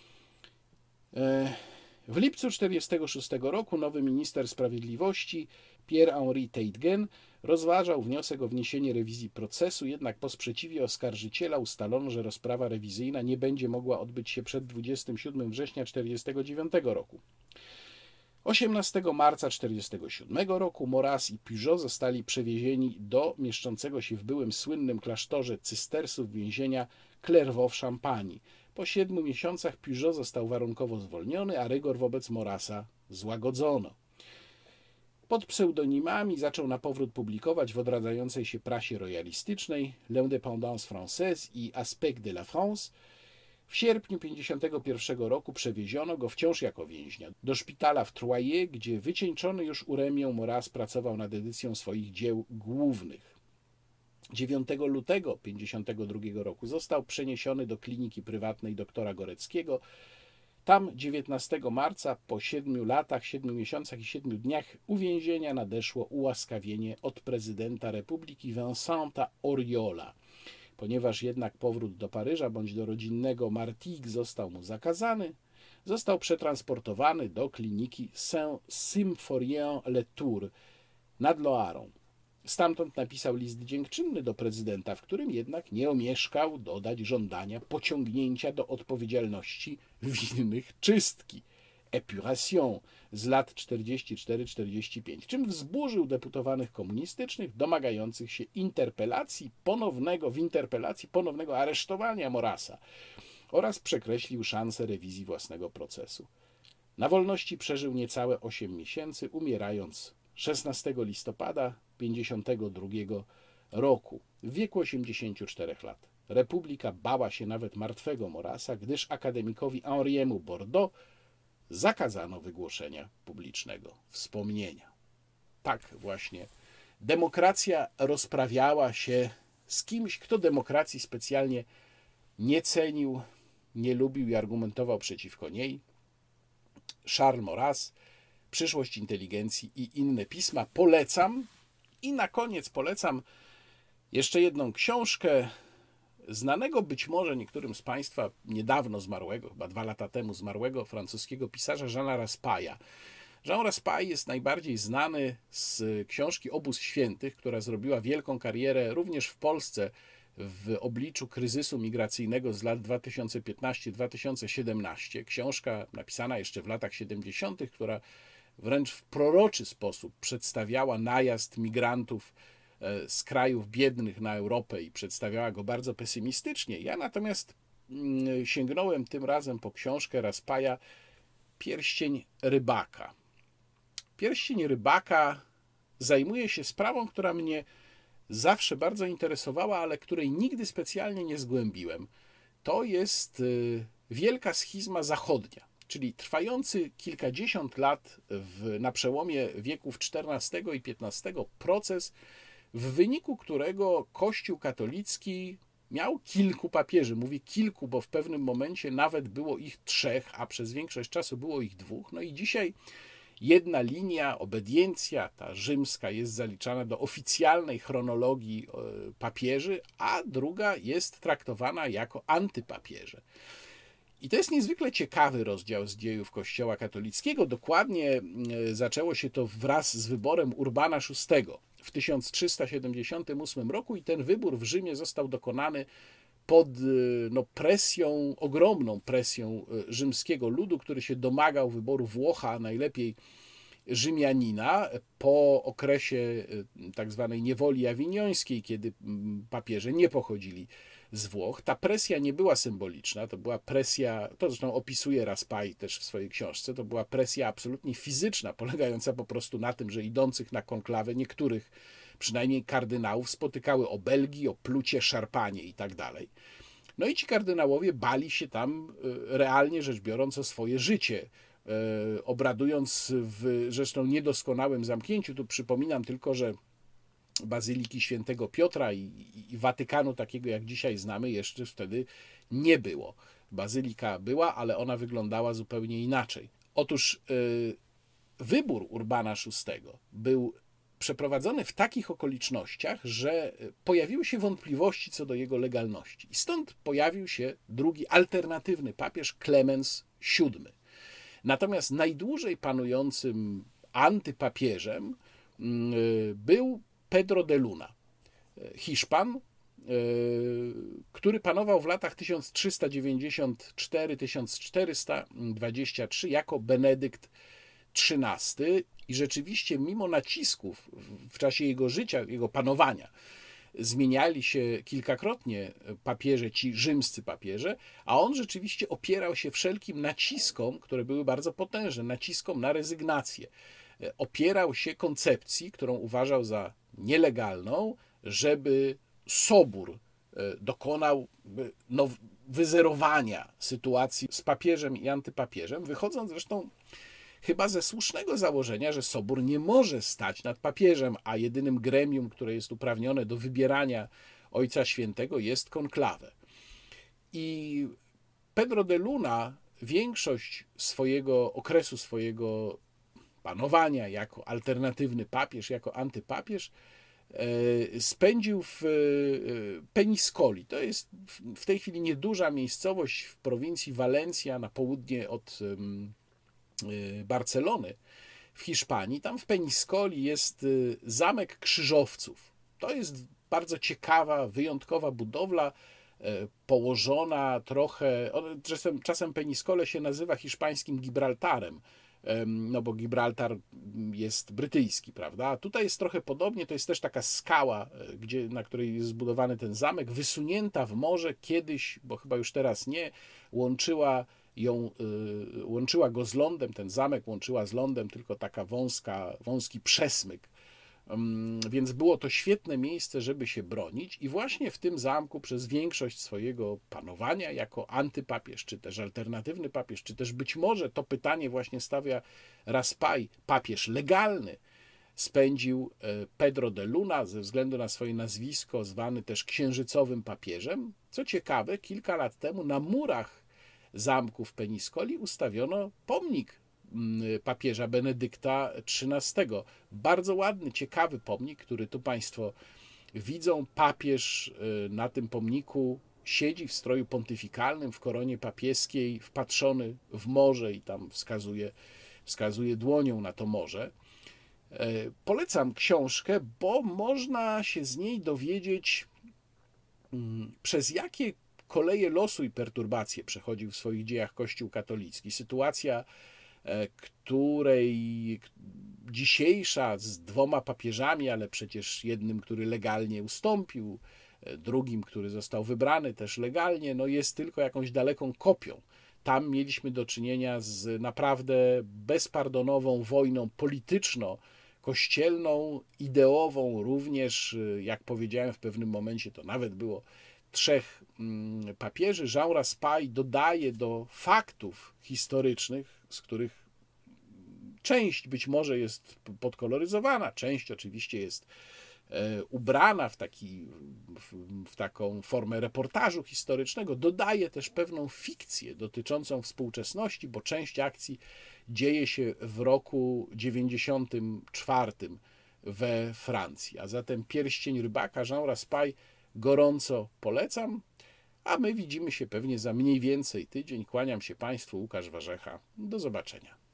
S1: W lipcu 1946 roku nowy minister sprawiedliwości Pierre-Henri Teitgen rozważał wniosek o wniesienie rewizji procesu, jednak po sprzeciwie oskarżyciela ustalono, że rozprawa rewizyjna nie będzie mogła odbyć się przed 27 września 1949 roku. 18 marca 1947 roku Maurras i Pujol zostali przewiezieni do mieszczącego się w byłym słynnym klasztorze cystersów więzienia Clairvaux w Szampanii. Po 7 miesiącach Pujol został warunkowo zwolniony, a rygor wobec Maurrasa złagodzono. Pod pseudonimami zaczął na powrót publikować w odradzającej się prasie royalistycznej L'Indépendance Française i Aspect de la France. W sierpniu 1951 roku przewieziono go wciąż jako więźnia do szpitala w Troyes, gdzie wycieńczony już uremią Maurras pracował nad edycją swoich dzieł głównych. 9 lutego 1952 roku został przeniesiony do kliniki prywatnej doktora Goreckiego. Tam 19 marca po 7 latach, 7 miesiącach i 7 dniach uwięzienia nadeszło ułaskawienie od prezydenta Republiki Vincenta Auriola. Ponieważ jednak powrót do Paryża bądź do rodzinnego Martigues został mu zakazany, został przetransportowany do kliniki Saint-Symphorien-le-Tour nad Loarą. Stamtąd napisał list dziękczynny do prezydenta, w którym jednak nie omieszkał dodać żądania pociągnięcia do odpowiedzialności winnych czystki, épuration z lat 44-45, czym wzburzył deputowanych komunistycznych domagających się w interpelacji ponownego aresztowania Maurrasa oraz przekreślił szansę rewizji własnego procesu. Na wolności przeżył niecałe 8 miesięcy, umierając 16 listopada 1952 roku w wieku 84 lat. Republika bała się nawet martwego Maurrasa, gdyż akademikowi Henriemu Bordeaux zakazano wygłoszenia publicznego wspomnienia. Tak właśnie demokracja rozprawiała się z kimś, kto demokracji specjalnie nie cenił, nie lubił i argumentował przeciwko niej. Charles Maurras, Przyszłość inteligencji i inne pisma. Polecam. I na koniec polecam jeszcze jedną książkę znanego być może niektórym z Państwa niedawno zmarłego, chyba 2 lata temu zmarłego francuskiego pisarza Jeana Raspailla. Jean Raspail jest najbardziej znany z książki Obóz Świętych, która zrobiła wielką karierę również w Polsce w obliczu kryzysu migracyjnego z lat 2015-2017. Książka napisana jeszcze w latach 70., która wręcz w proroczy sposób przedstawiała najazd migrantów z krajów biednych na Europę i przedstawiała go bardzo pesymistycznie. Ja natomiast sięgnąłem tym razem po książkę Raspailla Pierścień rybaka. Pierścień rybaka zajmuje się sprawą, która mnie zawsze bardzo interesowała, ale której nigdy specjalnie nie zgłębiłem. To jest wielka schizma zachodnia, czyli trwający kilkadziesiąt lat na przełomie wieków XIV i XV proces, w wyniku którego Kościół katolicki miał kilku papieży. Mówię kilku, bo w pewnym momencie nawet było ich 3, a przez większość czasu było ich 2. No i dzisiaj jedna linia, obediencja, ta rzymska, jest zaliczana do oficjalnej chronologii papieży, a druga jest traktowana jako antypapieże. I to jest niezwykle ciekawy rozdział z dziejów Kościoła katolickiego. Dokładnie zaczęło się to wraz z wyborem Urbana VI w 1378 roku i ten wybór w Rzymie został dokonany pod presją, ogromną presją rzymskiego ludu, który się domagał wyboru Włocha, a najlepiej Rzymianina, po okresie tak zwanej niewoli awiniońskiej, kiedy papieże nie pochodzili z Włoch. Ta presja nie była symboliczna, to była presja, to zresztą opisuje Raspail też w swojej książce, to była presja absolutnie fizyczna, polegająca po prostu na tym, że idących na konklawę niektórych, przynajmniej kardynałów, spotykały obelgi, oplucie, szarpanie i tak dalej. No i ci kardynałowie bali się tam, realnie rzecz biorąc, o swoje życie, obradując w zresztą niedoskonałym zamknięciu. Tu przypominam tylko, że Bazyliki Świętego Piotra i Watykanu takiego jak dzisiaj znamy jeszcze wtedy nie było. Bazylika była, ale ona wyglądała zupełnie inaczej. Otóż wybór Urbana VI był przeprowadzony w takich okolicznościach, że pojawiły się wątpliwości co do jego legalności. I stąd pojawił się drugi, alternatywny papież, Klemens VII. Natomiast najdłużej panującym antypapieżem był Pedro de Luna, Hiszpan, który panował w latach 1394-1423 jako Benedykt XIII i rzeczywiście mimo nacisków w czasie jego życia, jego panowania, zmieniali się kilkakrotnie papieże, ci rzymscy papieże, a on rzeczywiście opierał się wszelkim naciskom, które były bardzo potężne, naciskom na rezygnację. Opierał się koncepcji, którą uważał za nielegalną, żeby Sobór dokonał wyzerowania sytuacji z papieżem i antypapieżem, wychodząc zresztą chyba ze słusznego założenia, że Sobór nie może stać nad papieżem, a jedynym gremium, które jest uprawnione do wybierania Ojca Świętego, jest konklawę. I Pedro de Luna większość okresu swojego panowania jako alternatywny papież, jako antypapież, spędził w Peniscoli. To jest w tej chwili nieduża miejscowość w prowincji Valencia na południe od Barcelony w Hiszpanii. Tam w Peniscoli jest zamek krzyżowców. To jest bardzo ciekawa, wyjątkowa budowla, położona trochę, czasem Peniscole się nazywa hiszpańskim Gibraltarem, no bo Gibraltar jest brytyjski, prawda? A tutaj jest trochę podobnie, to jest też taka skała, na której jest zbudowany ten zamek, wysunięta w morze kiedyś, bo chyba już teraz nie, łączyła go z lądem, ten zamek łączyła z lądem tylko taka wąski przesmyk. Więc było to świetne miejsce, żeby się bronić i właśnie w tym zamku przez większość swojego panowania jako antypapież, czy też alternatywny papież, czy też być może to pytanie właśnie stawia Raspall, papież legalny, spędził Pedro de Luna ze względu na swoje nazwisko, zwany też księżycowym papieżem. Co ciekawe, kilka lat temu na murach zamku w Peniscoli ustawiono pomnik papieża Benedykta XIII. Bardzo ładny, ciekawy pomnik, który tu Państwo widzą. Papież na tym pomniku siedzi w stroju pontyfikalnym, w koronie papieskiej, wpatrzony w morze i tam wskazuje dłonią na to morze. Polecam książkę, bo można się z niej dowiedzieć, przez jakie koleje losu i perturbacje przechodził w swoich dziejach Kościół katolicki. Sytuacja, której dzisiejsza z 2 papieżami, ale przecież jednym, który legalnie ustąpił, drugim, który został wybrany też legalnie, no jest tylko jakąś daleką kopią. Tam mieliśmy do czynienia z naprawdę bezpardonową wojną polityczno-kościelną, ideową również, jak powiedziałem w pewnym momencie, to nawet było 3 papieży. Jean Raspail dodaje do faktów historycznych, z których część być może jest podkoloryzowana, część oczywiście jest ubrana w taką formę reportażu historycznego, dodaje też pewną fikcję dotyczącą współczesności, bo część akcji dzieje się w roku 94 we Francji. A zatem Pierścień Rybaka, Jean Raspail gorąco polecam, a my widzimy się pewnie za mniej więcej tydzień. Kłaniam się Państwu, Łukasz Warzecha. Do zobaczenia.